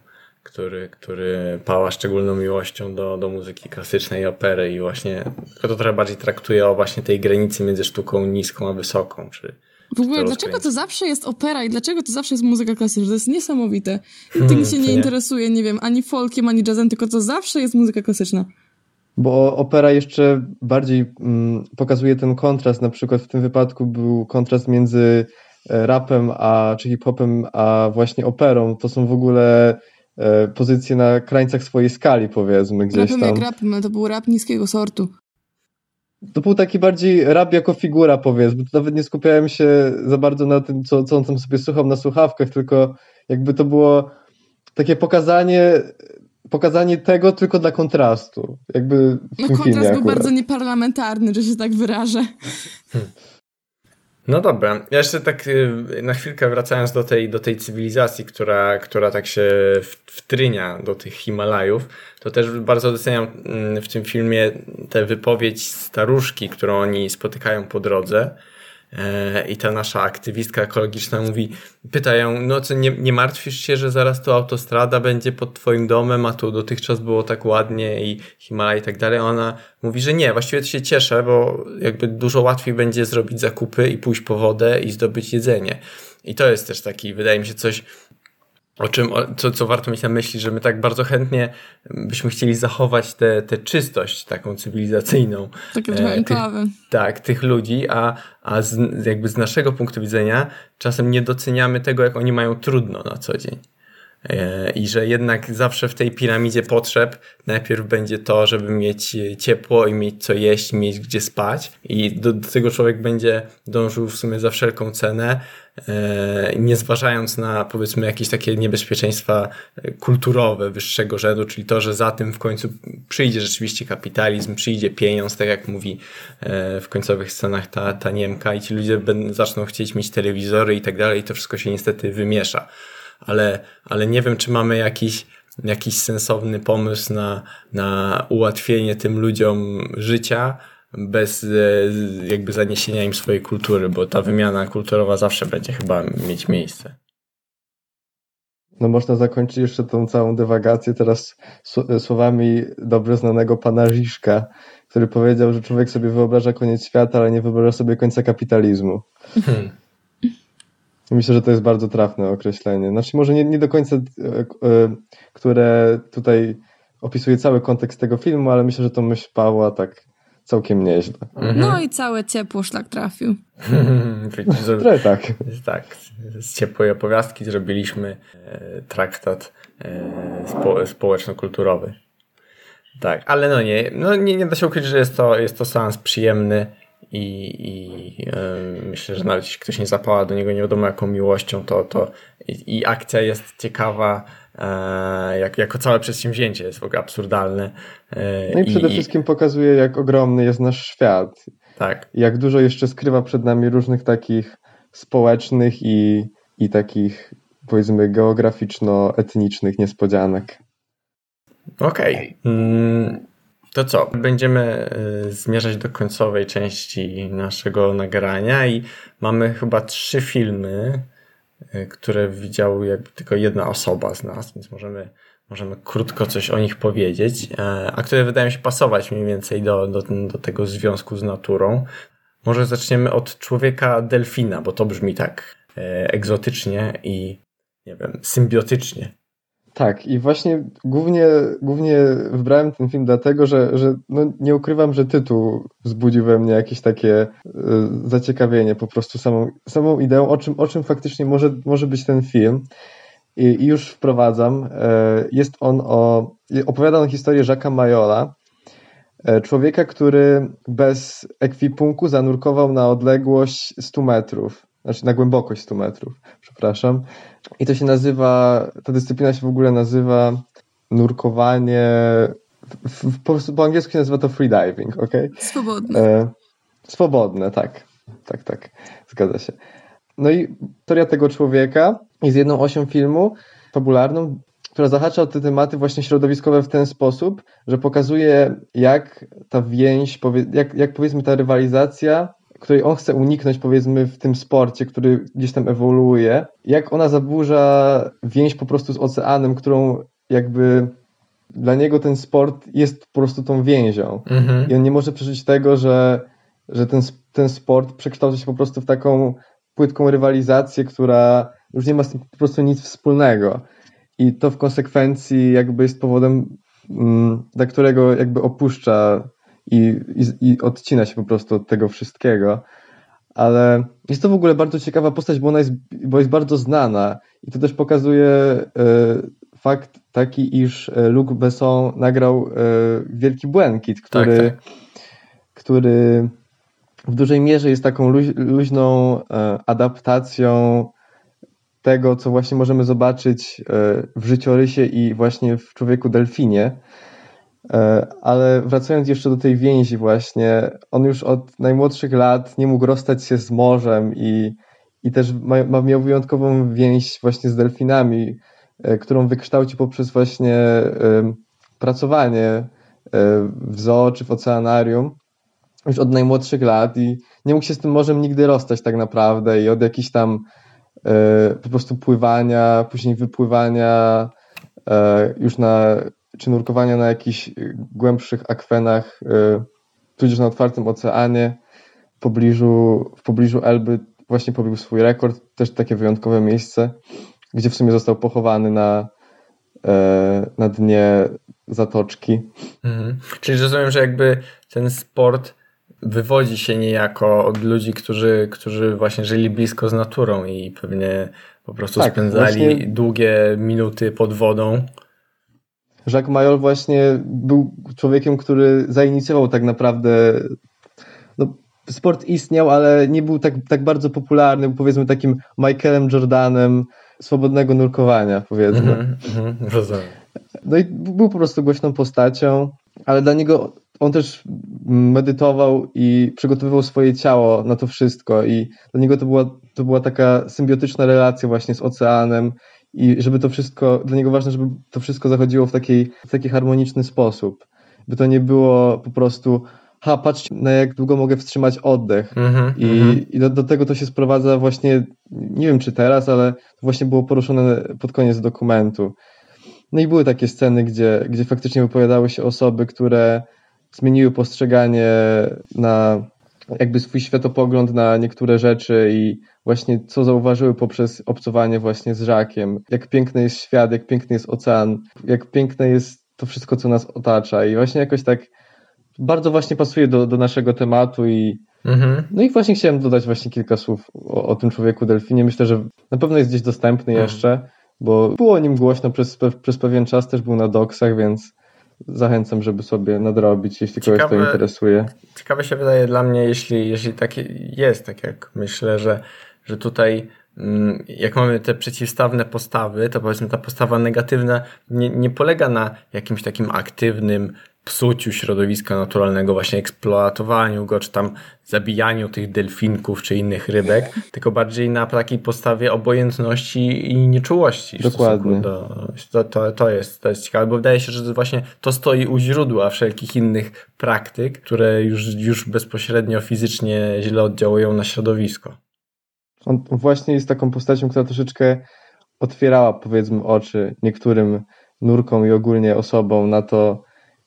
który pała szczególną miłością do muzyki klasycznej, opery i właśnie to trochę bardziej traktuje o właśnie tej granicy między sztuką niską a wysoką, w ogóle, dlaczego to zawsze jest opera i dlaczego to zawsze jest muzyka klasyczna? To jest niesamowite. Nikt się nie interesuje, nie wiem, ani folkiem, ani jazzem, tylko to zawsze jest muzyka klasyczna. Bo opera jeszcze bardziej pokazuje ten kontrast. Na przykład w tym wypadku był kontrast między rapem czy hip-hopem, a właśnie operą. To są w ogóle pozycje na krańcach swojej skali, powiedzmy. Gdzieś rapem tam. Jak rapem, ale to był rap niskiego sortu. To był taki bardziej rap jako figura, powiedzmy. To nawet nie skupiałem się za bardzo na tym, co on tam sobie słuchał na słuchawkach, tylko jakby to było takie pokazanie tego tylko dla kontrastu. Jakby w tym kontrast filmie był akurat. bardzo nieparlamentarny, że się tak wyrażę. No dobra, ja jeszcze tak na chwilkę wracając do tej cywilizacji, która tak się wtrynia do tych Himalajów, to też bardzo doceniam w tym filmie tę wypowiedź staruszki, którą oni spotykają po drodze, i ta nasza aktywistka ekologiczna pyta ją, no co, nie martwisz się, że zaraz tu autostrada będzie pod twoim domem, a tu dotychczas było tak ładnie i Himalaj i tak dalej. Ona mówi, że nie, właściwie to się cieszę, bo jakby dużo łatwiej będzie zrobić zakupy i pójść po wodę i zdobyć jedzenie. I to jest też taki, wydaje mi się, coś, co warto mieć na myśli, że my tak bardzo chętnie byśmy chcieli zachować tę czystość taką cywilizacyjną. Takie trochę enklawy. Tych ludzi, jakby z naszego punktu widzenia czasem nie doceniamy tego, jak oni mają trudno na co dzień. I że jednak zawsze w tej piramidzie potrzeb najpierw będzie to, żeby mieć ciepło i mieć co jeść, mieć gdzie spać i do tego człowiek będzie dążył w sumie za wszelką cenę, nie zważając na powiedzmy jakieś takie niebezpieczeństwa kulturowe wyższego rzędu, czyli to, że za tym w końcu przyjdzie rzeczywiście kapitalizm, przyjdzie pieniądz, tak jak mówi w końcowych scenach ta Niemka i ci ludzie zaczną chcieć mieć telewizory i tak dalej i to wszystko się niestety wymiesza. Ale nie wiem, czy mamy jakiś sensowny pomysł na ułatwienie tym ludziom życia bez jakby zaniesienia im swojej kultury, bo ta wymiana kulturowa zawsze będzie chyba mieć miejsce. No można zakończyć jeszcze tą całą dywagację teraz słowami dobrze znanego pana Žižka, który powiedział, że człowiek sobie wyobraża koniec świata, ale nie wyobraża sobie końca kapitalizmu. Myślę, że to jest bardzo trafne określenie. Znaczy może nie do końca, które tutaj opisuje cały kontekst tego filmu, ale myślę, że to myśl Pawła tak całkiem nieźle. No i całe ciepło szlak trafił. Tak. Tak, z ciepłej opowiastki zrobiliśmy traktat społeczno-kulturowy. Tak, ale nie da się ukryć, że jest to seans przyjemny i myślę, że nawet jeśli ktoś nie zapała do niego nie wiadomo jaką miłością, to i akcja jest ciekawa, jako całe przedsięwzięcie jest w ogóle absurdalne. No i przede wszystkim pokazuje, jak ogromny jest nasz świat. Tak. Jak dużo jeszcze skrywa przed nami różnych takich społecznych i takich, powiedzmy, geograficzno-etnicznych niespodzianek. Okej. To co? Będziemy zmierzać do końcowej części naszego nagrania i mamy chyba 3 filmy, które widział jakby tylko jedna osoba z nas, więc możemy krótko coś o nich powiedzieć, a które wydają mi się pasować mniej więcej do tego związku z naturą. Może zaczniemy od Człowieka delfina, bo to brzmi tak egzotycznie i nie wiem, symbiotycznie. Tak, i właśnie głównie wybrałem ten film dlatego, że no nie ukrywam, że tytuł wzbudził we mnie jakieś takie zaciekawienie po prostu samą ideą, o czym faktycznie może być ten film. I już wprowadzam. Opowiada on historię Jacques'a Majola, człowieka, który bez ekwipunku zanurkował na odległość 100 metrów. Znaczy na głębokość 100 metrów, przepraszam. I to się nazywa, ta dyscyplina się w ogóle nazywa nurkowanie, po angielsku się nazywa to freediving, okej? Swobodne. Swobodne, tak, zgadza się. No i historia tego człowieka jest jedną osią filmu, fabularną, która zahacza o te tematy właśnie środowiskowe w ten sposób, że pokazuje jak ta więź, jak powiedzmy ta rywalizacja, której on chce uniknąć powiedzmy w tym sporcie, który gdzieś tam ewoluuje, jak ona zaburza więź po prostu z oceanem, którą jakby dla niego ten sport jest po prostu tą więzią. I on nie może przeżyć tego, że ten sport przekształca się po prostu w taką płytką rywalizację, która już nie ma z tym po prostu nic wspólnego. I to w konsekwencji jakby jest powodem, dla którego jakby opuszcza i odcina się po prostu od tego wszystkiego. Ale jest to w ogóle bardzo ciekawa postać, bo jest bardzo znana. I to też pokazuje fakt taki, iż Luc Besson nagrał Wielki Błękit, który w dużej mierze jest taką luźną adaptacją tego, co właśnie możemy zobaczyć w życiorysie i właśnie w Człowieku delfinie. Ale wracając jeszcze do tej więzi właśnie, on już od najmłodszych lat nie mógł rozstać się z morzem i też miał wyjątkową więź właśnie z delfinami, którą wykształcił poprzez właśnie pracowanie w zoo czy w oceanarium. już od najmłodszych lat i nie mógł się z tym morzem nigdy rozstać tak naprawdę i od jakichś tam po prostu pływania, później wypływania już czy nurkowania na jakichś głębszych akwenach, tudzież na otwartym oceanie w pobliżu Elby właśnie pobił swój rekord, też takie wyjątkowe miejsce, gdzie w sumie został pochowany na dnie zatoczki. Czyli rozumiem, że jakby ten sport wywodzi się niejako od ludzi, którzy właśnie żyli blisko z naturą i pewnie po prostu spędzali właśnie długie minuty pod wodą. Jacques Mayol właśnie był człowiekiem, który zainicjował tak naprawdę, no, sport istniał, ale nie był tak bardzo popularny, był powiedzmy takim Michaelem Jordanem swobodnego nurkowania, powiedzmy. Rozumiem. No i był po prostu głośną postacią, ale dla niego on też medytował i przygotowywał swoje ciało na to wszystko i dla niego to była taka symbiotyczna relacja właśnie z oceanem i żeby to wszystko, dla niego ważne, żeby to wszystko zachodziło w taki harmoniczny sposób. By to nie było po prostu patrzcie na jak długo mogę wstrzymać oddech. I do tego to się sprowadza właśnie, nie wiem czy teraz, ale to właśnie było poruszone pod koniec dokumentu. No i były takie sceny, gdzie faktycznie wypowiadały się osoby, które zmieniły postrzeganie na jakby swój światopogląd na niektóre rzeczy i właśnie co zauważyły poprzez obcowanie właśnie z Jacques'em. Jak piękny jest świat, jak piękny jest ocean, jak piękne jest to wszystko, co nas otacza i właśnie jakoś tak bardzo właśnie pasuje do naszego tematu i no i właśnie chciałem dodać właśnie kilka słów o tym człowieku delfinie. Myślę, że na pewno jest gdzieś dostępny jeszcze, bo było o nim głośno przez pewien czas, też był na doksach, więc zachęcam, żeby sobie nadrobić, jeśli kogoś to interesuje. Ciekawe się wydaje dla mnie, jeśli takie jest, tak jak myślę, że tutaj jak mamy te przeciwstawne postawy, to powiedzmy ta postawa negatywna nie polega na jakimś takim aktywnym psuciu środowiska naturalnego, właśnie eksploatowaniu go, czy tam zabijaniu tych delfinków, czy innych rybek, tylko bardziej na takiej postawie obojętności i nieczułości. Dokładnie. To jest ciekawe, bo wydaje się, że właśnie to stoi u źródła wszelkich innych praktyk, które już bezpośrednio fizycznie źle oddziałują na środowisko. On właśnie jest taką postacią, która troszeczkę otwierała, powiedzmy, oczy niektórym nurkom i ogólnie osobom na to,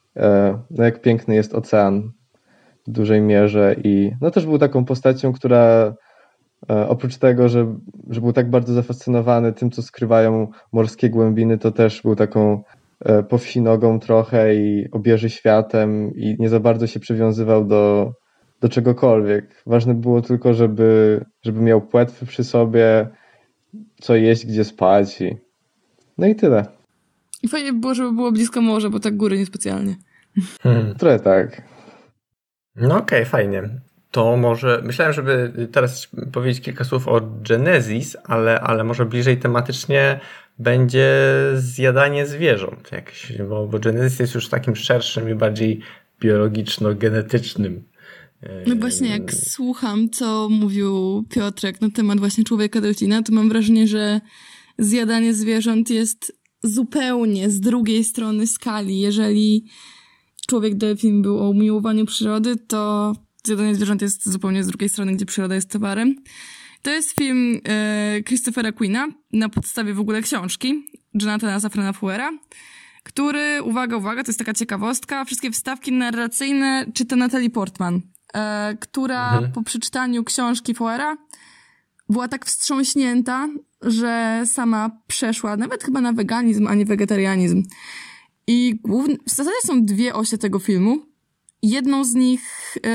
no jak piękny jest ocean w dużej mierze i no też był taką postacią, która oprócz tego, że był tak bardzo zafascynowany tym, co skrywają morskie głębiny, to też był taką po wsi nogą trochę i obieży światem i nie za bardzo się przywiązywał do czegokolwiek. Ważne było tylko, żeby miał płetwy przy sobie, co jeść, gdzie spać no i tyle. I fajnie by było, żeby było blisko morza, bo tak góry niespecjalnie. Trochę tak. No okej, fajnie. To może, myślałem, żeby teraz powiedzieć kilka słów o Genesis, ale może bliżej tematycznie będzie zjadanie zwierząt. Bo Genesis jest już takim szerszym i bardziej biologiczno-genetycznym. No właśnie, jak słucham, co mówił Piotrek na temat właśnie człowieka delfina, to mam wrażenie, że zjadanie zwierząt jest zupełnie z drugiej strony skali. Jeżeli człowiek delfin był o umiłowaniu przyrody, to zjadanie zwierząt jest zupełnie z drugiej strony, gdzie przyroda jest towarem. To jest film Christophera Queena na podstawie w ogóle książki Jonathana Safrana Foera, który, uwaga, to jest taka ciekawostka, wszystkie wstawki narracyjne czyta Natalie Portman, która po przeczytaniu książki Foera była tak wstrząśnięta, że sama przeszła nawet chyba na weganizm, a nie wegetarianizm. I w zasadzie są dwie osie tego filmu. Jedną z nich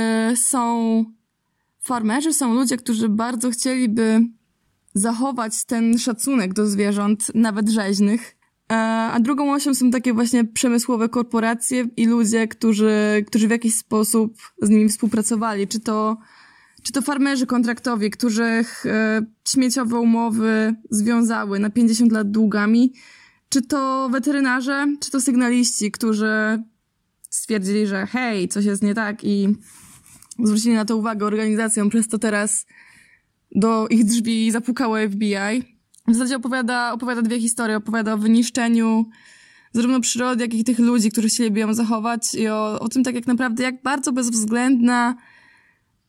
są farmerzy, są ludzie, którzy bardzo chcieliby zachować ten szacunek do zwierząt, nawet rzeźnych. A drugą osią są takie właśnie przemysłowe korporacje i ludzie, którzy w jakiś sposób z nimi współpracowali. Czy to farmerzy kontraktowi, których śmieciowe umowy związały na 50 lat długami, czy to weterynarze, czy to sygnaliści, którzy stwierdzili, że hej, coś jest nie tak i zwrócili na to uwagę organizacjom, przez to teraz do ich drzwi zapukało FBI. W zasadzie opowiada dwie historie. Opowiada o wyniszczeniu zarówno przyrody, jak i tych ludzi, którzy chcieliby ją zachować i o tym tak jak naprawdę, jak bardzo bezwzględna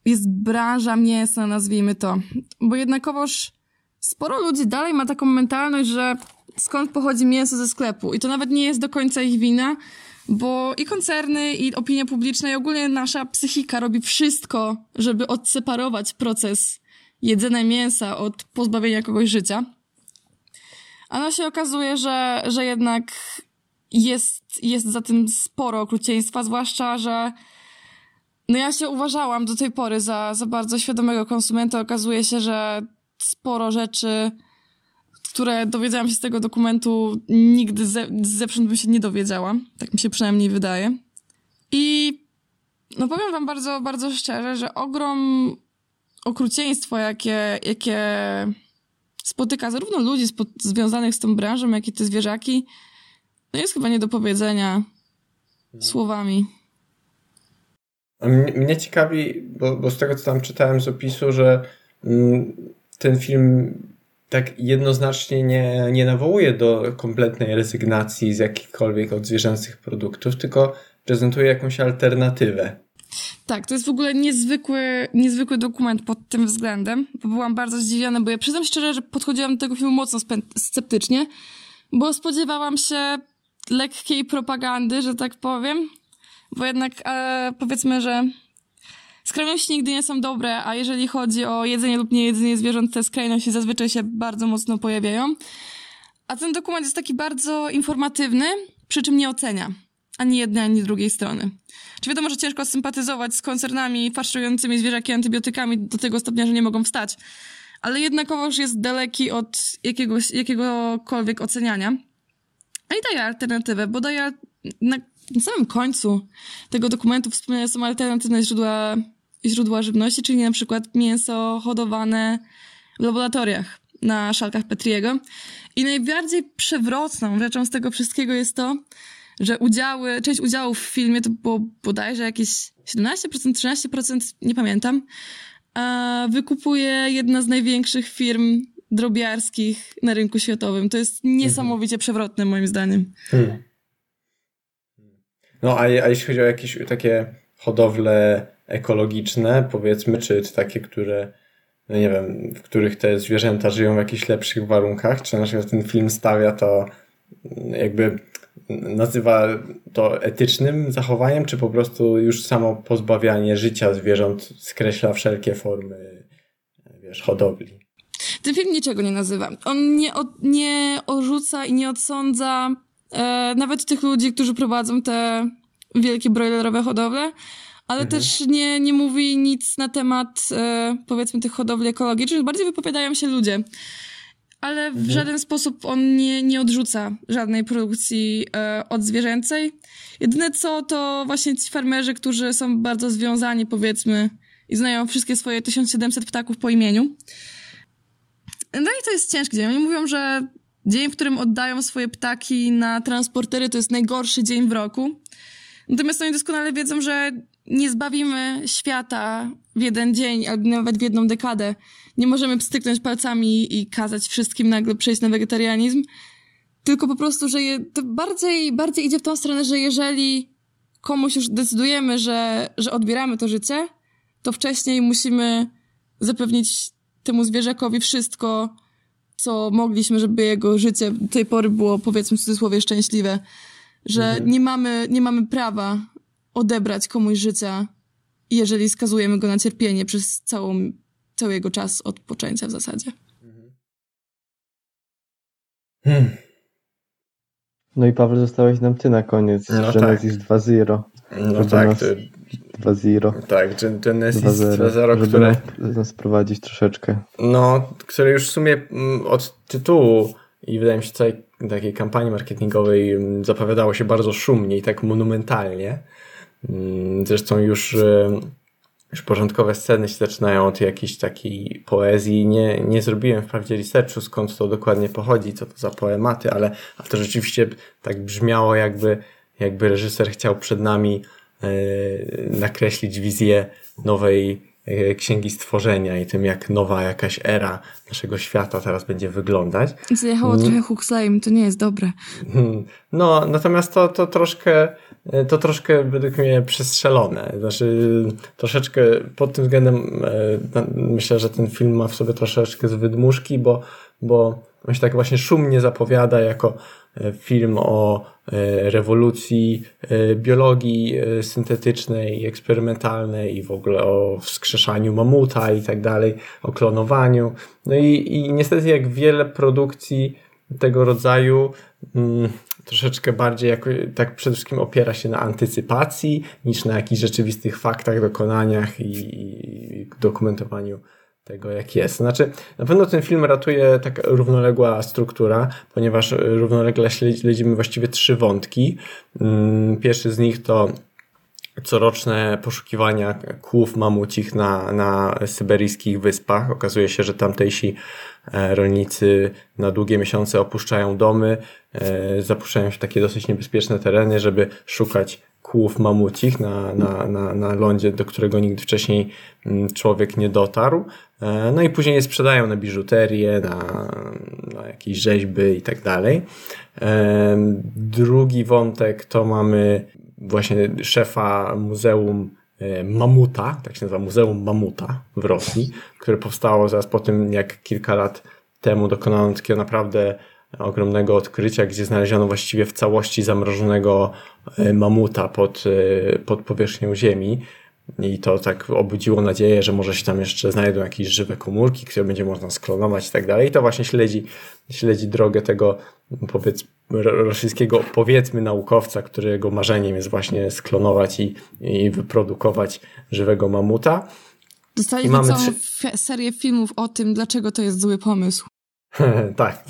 jest branża mięsa, nazwijmy to. Bo jednakowoż sporo ludzi dalej ma taką mentalność, że skąd pochodzi mięso ze sklepu. I to nawet nie jest do końca ich wina, bo i koncerny, i opinia publiczna, i ogólnie nasza psychika robi wszystko, żeby odseparować proces jedzenia mięsa od pozbawienia kogoś życia. A no się okazuje, że jednak jest za tym sporo okrucieństwa, zwłaszcza, że no ja się uważałam do tej pory za bardzo świadomego konsumenta. Okazuje się, że sporo rzeczy, które dowiedziałam się z tego dokumentu, nigdy zewsząd bym się nie dowiedziała. Tak mi się przynajmniej wydaje. I no powiem wam bardzo, bardzo szczerze, że ogrom okrucieństwa, jakie spotyka zarówno ludzi związanych z tą branżą, jak i te zwierzaki, no jest chyba nie do powiedzenia słowami. A mnie ciekawi, bo z tego, co tam czytałem z opisu, że ten film tak jednoznacznie nie nawołuje do kompletnej rezygnacji z jakichkolwiek od zwierzęcych produktów, tylko prezentuje jakąś alternatywę. Tak, to jest w ogóle niezwykły dokument pod tym względem, bo byłam bardzo zdziwiona, bo ja przyznam szczerze, że podchodziłam do tego filmu mocno sceptycznie, bo spodziewałam się lekkiej propagandy, że tak powiem, bo jednak powiedzmy, że skrajności nigdy nie są dobre, a jeżeli chodzi o jedzenie lub niejedzenie zwierząt, te skrajności zazwyczaj się bardzo mocno pojawiają. A ten dokument jest taki bardzo informatywny, przy czym nie ocenia ani jednej, ani drugiej strony. Czy wiadomo, że ciężko sympatyzować z koncernami faszerującymi zwierzaki antybiotykami do tego stopnia, że nie mogą wstać, ale jednakowoż jest daleki od jakiegokolwiek oceniania. A i daje alternatywę, bo daje na samym końcu tego dokumentu wspomniane są alternatywne źródła żywności, czyli na przykład mięso hodowane w laboratoriach na szalkach Petriego. I najbardziej przewrotną rzeczą z tego wszystkiego jest to, że część udziałów w filmie to było bodajże jakieś 17%, 13%, nie pamiętam, wykupuje jedna z największych firm drobiarskich na rynku światowym. To jest niesamowicie przewrotne moim zdaniem. No a jeśli chodzi o jakieś takie hodowle ekologiczne, powiedzmy, czy takie, które, no nie wiem, w których te zwierzęta żyją w jakichś lepszych warunkach, czy na przykład ten film stawia to jakby nazywa to etycznym zachowaniem, czy po prostu już samo pozbawianie życia zwierząt skreśla wszelkie formy, hodowli? Ten film niczego nie nazywa. On nie odrzuca i nie odsądza nawet tych ludzi, którzy prowadzą te wielkie broilerowe hodowle, ale też nie mówi nic na temat powiedzmy tych hodowli ekologicznych. Bardziej wypowiadają się ludzie. Ale w żaden sposób on nie odrzuca żadnej produkcji odzwierzęcej. Jedyne co, to właśnie ci farmerzy, którzy są bardzo związani, powiedzmy, i znają wszystkie swoje 1700 ptaków po imieniu. No i to jest ciężki dzień. Oni mówią, że dzień, w którym oddają swoje ptaki na transportery, to jest najgorszy dzień w roku. Natomiast oni doskonale wiedzą, że nie zbawimy świata w jeden dzień, albo nawet w jedną dekadę. Nie możemy pstryknąć palcami i kazać wszystkim nagle przejść na wegetarianizm. Tylko po prostu, że to bardziej idzie w tą stronę, że jeżeli komuś już decydujemy, że odbieramy to życie, to wcześniej musimy zapewnić temu zwierzakowi wszystko, co mogliśmy, żeby jego życie do tej pory było, powiedzmy w cudzysłowie, szczęśliwe. Że nie mamy prawa odebrać komuś życia, jeżeli skazujemy go na cierpienie przez cały jego czas od poczęcia w zasadzie. No i Paweł, zostałeś nam ty na koniec. No Genesis 2.0. No tak, 2.0. Tak, Genesis 2.0, żeby które nas prowadzić troszeczkę. No, które już w sumie od tytułu i wydaje mi się całej takiej kampanii marketingowej zapowiadało się bardzo szumnie i tak monumentalnie. Zresztą już początkowe sceny się zaczynają od jakiejś takiej poezji. Nie zrobiłem wprawdzie researchu, skąd to dokładnie pochodzi, co to za poematy, ale to rzeczywiście tak brzmiało, jakby reżyser chciał przed nami nakreślić wizję nowej Księgi Stworzenia i tym, jak nowa jakaś era naszego świata teraz będzie wyglądać. Zajechało trochę Huxley'em, to nie jest dobre. No, natomiast to troszkę według mnie przestrzelone. Znaczy, troszeczkę pod tym względem myślę, że ten film ma w sobie troszeczkę z wydmuszki, bo on się tak właśnie szumnie zapowiada jako film o rewolucji biologii syntetycznej, eksperymentalnej i w ogóle o wskrzeszaniu mamuta i tak dalej, o klonowaniu. No i niestety jak wiele produkcji tego rodzaju troszeczkę bardziej tak przede wszystkim opiera się na antycypacji niż na jakichś rzeczywistych faktach, dokonaniach i dokumentowaniu tego, jak jest. Znaczy, na pewno ten film ratuje taka równoległa struktura, ponieważ równolegle śledzimy właściwie 3 wątki. Pierwszy z nich to coroczne poszukiwania kłów mamucich na syberyjskich wyspach. Okazuje się, że tamtejsi rolnicy na długie miesiące opuszczają domy, zapuszczają się w takie dosyć niebezpieczne tereny, żeby szukać kłów mamucich na lądzie, do którego nigdy wcześniej człowiek nie dotarł. No i później je sprzedają na biżuterię, na jakieś rzeźby i tak dalej. Drugi wątek to mamy właśnie szefa Muzeum Mamuta, tak się nazywa, Muzeum Mamuta w Rosji, które powstało zaraz po tym, jak kilka lat temu dokonano takiego naprawdę ogromnego odkrycia, gdzie znaleziono właściwie w całości zamrożonego mamuta pod powierzchnią Ziemi. I to tak obudziło nadzieję, że może się tam jeszcze znajdą jakieś żywe komórki, które będzie można sklonować i tak dalej. I to właśnie śledzi drogę tego rosyjskiego naukowca, którego marzeniem jest właśnie sklonować i wyprodukować żywego mamuta. Dostaliśmy całą serię filmów o tym, dlaczego to jest zły pomysł. Tak.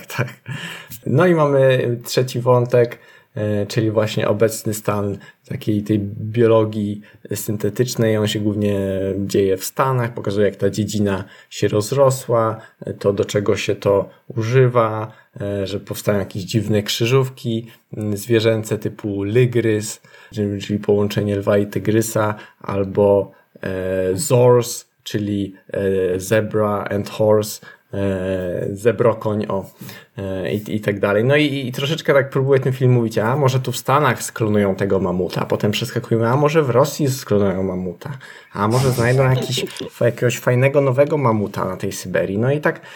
No i mamy trzeci wątek, czyli właśnie obecny stan takiej tej biologii syntetycznej. On się głównie dzieje w Stanach, pokazuje, jak ta dziedzina się rozrosła, to do czego się to używa, że powstają jakieś dziwne krzyżówki zwierzęce typu lygrys, czyli połączenie lwa i tygrysa, albo zors, czyli zebra and horse, zebrokoń, i tak dalej. No i troszeczkę tak próbuję ten film mówić, a może tu w Stanach sklonują tego mamuta, potem przeskakujemy, a może w Rosji sklonują mamuta, a może znajdą jakiegoś fajnego nowego mamuta na tej Syberii. No i tak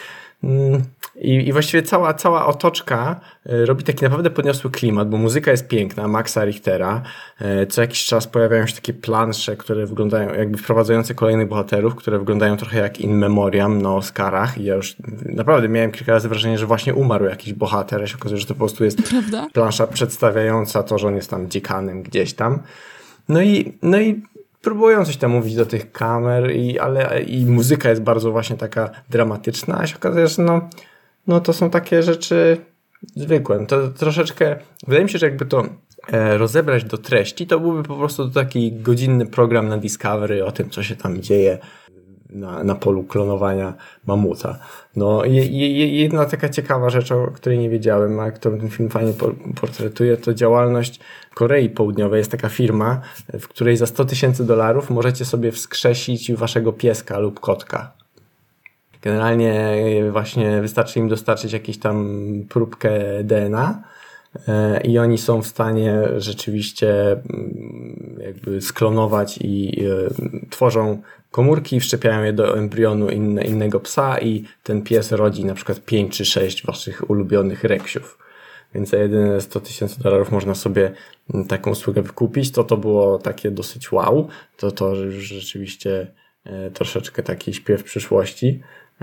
i właściwie cała otoczka robi taki naprawdę podniosły klimat, bo muzyka jest piękna, Maxa Richtera. Co jakiś czas pojawiają się takie plansze, które wyglądają jakby wprowadzające kolejnych bohaterów, które wyglądają trochę jak In Memoriam na Oscarach. I ja już naprawdę miałem kilka razy wrażenie, że właśnie umarł jakiś bohater, a się okazuje, że to po prostu jest plansza przedstawiająca to, że on jest tam dziekanem gdzieś tam. No i próbują coś tam mówić do tych kamer, ale muzyka jest bardzo właśnie taka dramatyczna, a się okazuje, że no to są takie rzeczy zwykłe. To troszeczkę, wydaje mi się, że jakby to rozebrać do treści, to byłby po prostu taki godzinny program na Discovery o tym, co się tam dzieje na polu klonowania mamuta. No jedna taka ciekawa rzecz, o której nie wiedziałem, a którą ten film fajnie portretuje, to działalność Korei Południowej. Jest taka firma, w której za $100,000 możecie sobie wskrzesić waszego pieska lub kotka. Generalnie właśnie wystarczy im dostarczyć jakąś tam próbkę DNA i oni są w stanie rzeczywiście jakby sklonować i tworzą komórki, wszczepiają je do embrionu innego psa i ten pies rodzi na przykład 5 czy 6 waszych ulubionych reksiów. Więc za jedyne $100,000 można sobie taką usługę wykupić. To było takie dosyć wow. To już rzeczywiście troszeczkę taki śpiew przyszłości.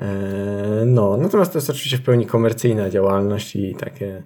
No, natomiast to jest oczywiście w pełni komercyjna działalność i takie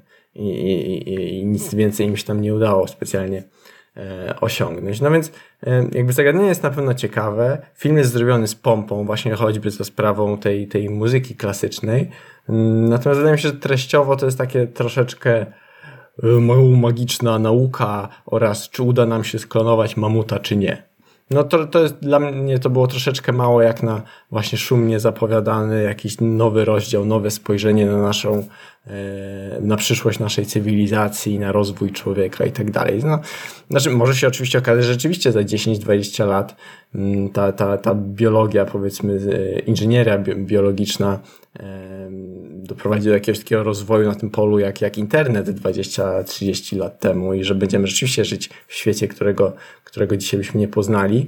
i nic więcej im się tam nie udało specjalnie osiągnąć. No więc jakby zagadnienie jest na pewno ciekawe. Film jest zrobiony z pompą, właśnie choćby za sprawą tej muzyki klasycznej. Natomiast wydaje mi się, że treściowo to jest takie troszeczkę magiczna nauka oraz czy uda nam się sklonować mamuta, czy nie. No to jest dla mnie to było troszeczkę mało jak na właśnie szumnie zapowiadany jakiś nowy rozdział, nowe spojrzenie na na przyszłość naszej cywilizacji, na rozwój człowieka i tak dalej. No, znaczy może się oczywiście okazać, że rzeczywiście za 10-20 lat ta biologia, powiedzmy inżynieria biologiczna doprowadzi do jakiegoś takiego rozwoju na tym polu jak internet 20-30 lat temu i że będziemy rzeczywiście żyć w świecie, którego dzisiaj byśmy nie poznali.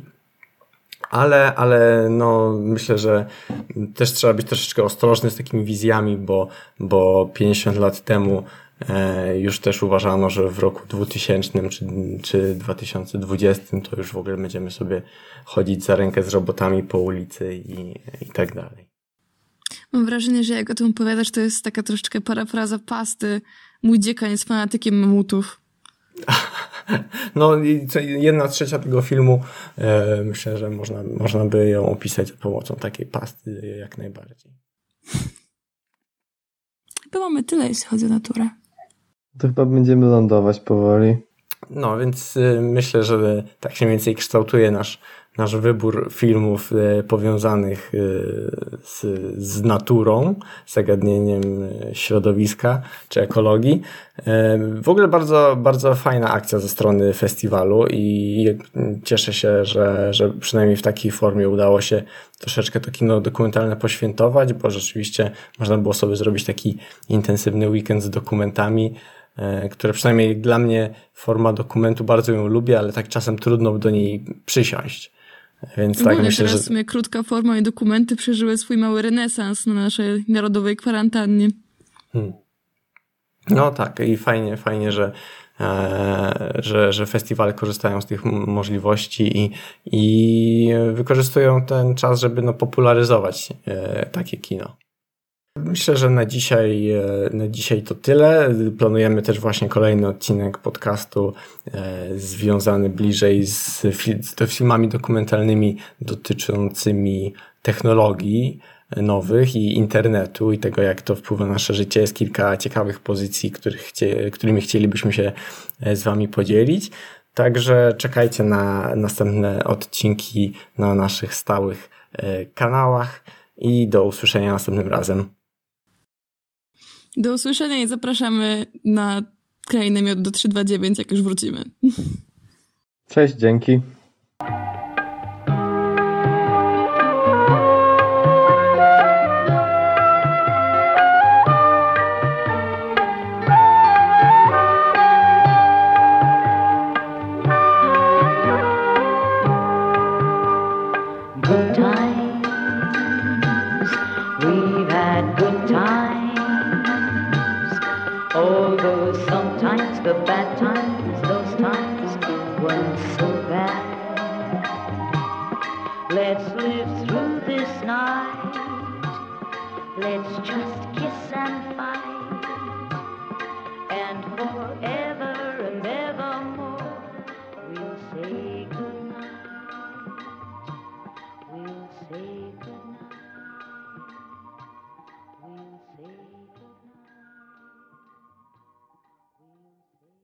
Ale no, myślę, że też trzeba być troszeczkę ostrożny z takimi wizjami, bo 50 lat temu już też uważano, że w roku 2000 czy 2020 to już w ogóle będziemy sobie chodzić za rękę z robotami po ulicy i tak dalej. Mam wrażenie, że jak o tym opowiadasz, to jest taka troszeczkę parafraza pasty. Mój dziekan jest fanatykiem mamutów. No i 1/3 tego filmu myślę, że można by ją opisać za pomocą takiej pasty jak najbardziej. Chyba mamy tyle, jeśli chodzi o naturę. To chyba będziemy lądować powoli. No więc myślę, że tak się mniej więcej kształtuje nasz wybór filmów powiązanych z naturą, z zagadnieniem środowiska czy ekologii. W ogóle bardzo, bardzo fajna akcja ze strony festiwalu i cieszę się, że przynajmniej w takiej formie udało się troszeczkę to kino dokumentalne poświętować, bo rzeczywiście można było sobie zrobić taki intensywny weekend z dokumentami, które przynajmniej dla mnie forma dokumentu bardzo ją lubię, ale tak czasem trudno do niej przysiąść. Więc tak myślę, teraz że w sumie krótka forma i dokumenty przeżyły swój mały renesans na naszej narodowej kwarantannie. No tak i fajnie, że festiwale korzystają z tych możliwości i wykorzystują ten czas, żeby popularyzować takie kino. Myślę, że na dzisiaj to tyle. Planujemy też właśnie kolejny odcinek podcastu związany bliżej z filmami dokumentalnymi dotyczącymi technologii nowych i internetu i tego, jak to wpływa na nasze życie. Jest kilka ciekawych pozycji, którymi chcielibyśmy się z wami podzielić. Także czekajcie na następne odcinki na naszych stałych kanałach i do usłyszenia następnym razem. Do usłyszenia i zapraszamy na Krainę Miodu do 329, jak już wrócimy. Cześć, dzięki. Good times, we've had good times. Although sometimes the bad times, those times weren't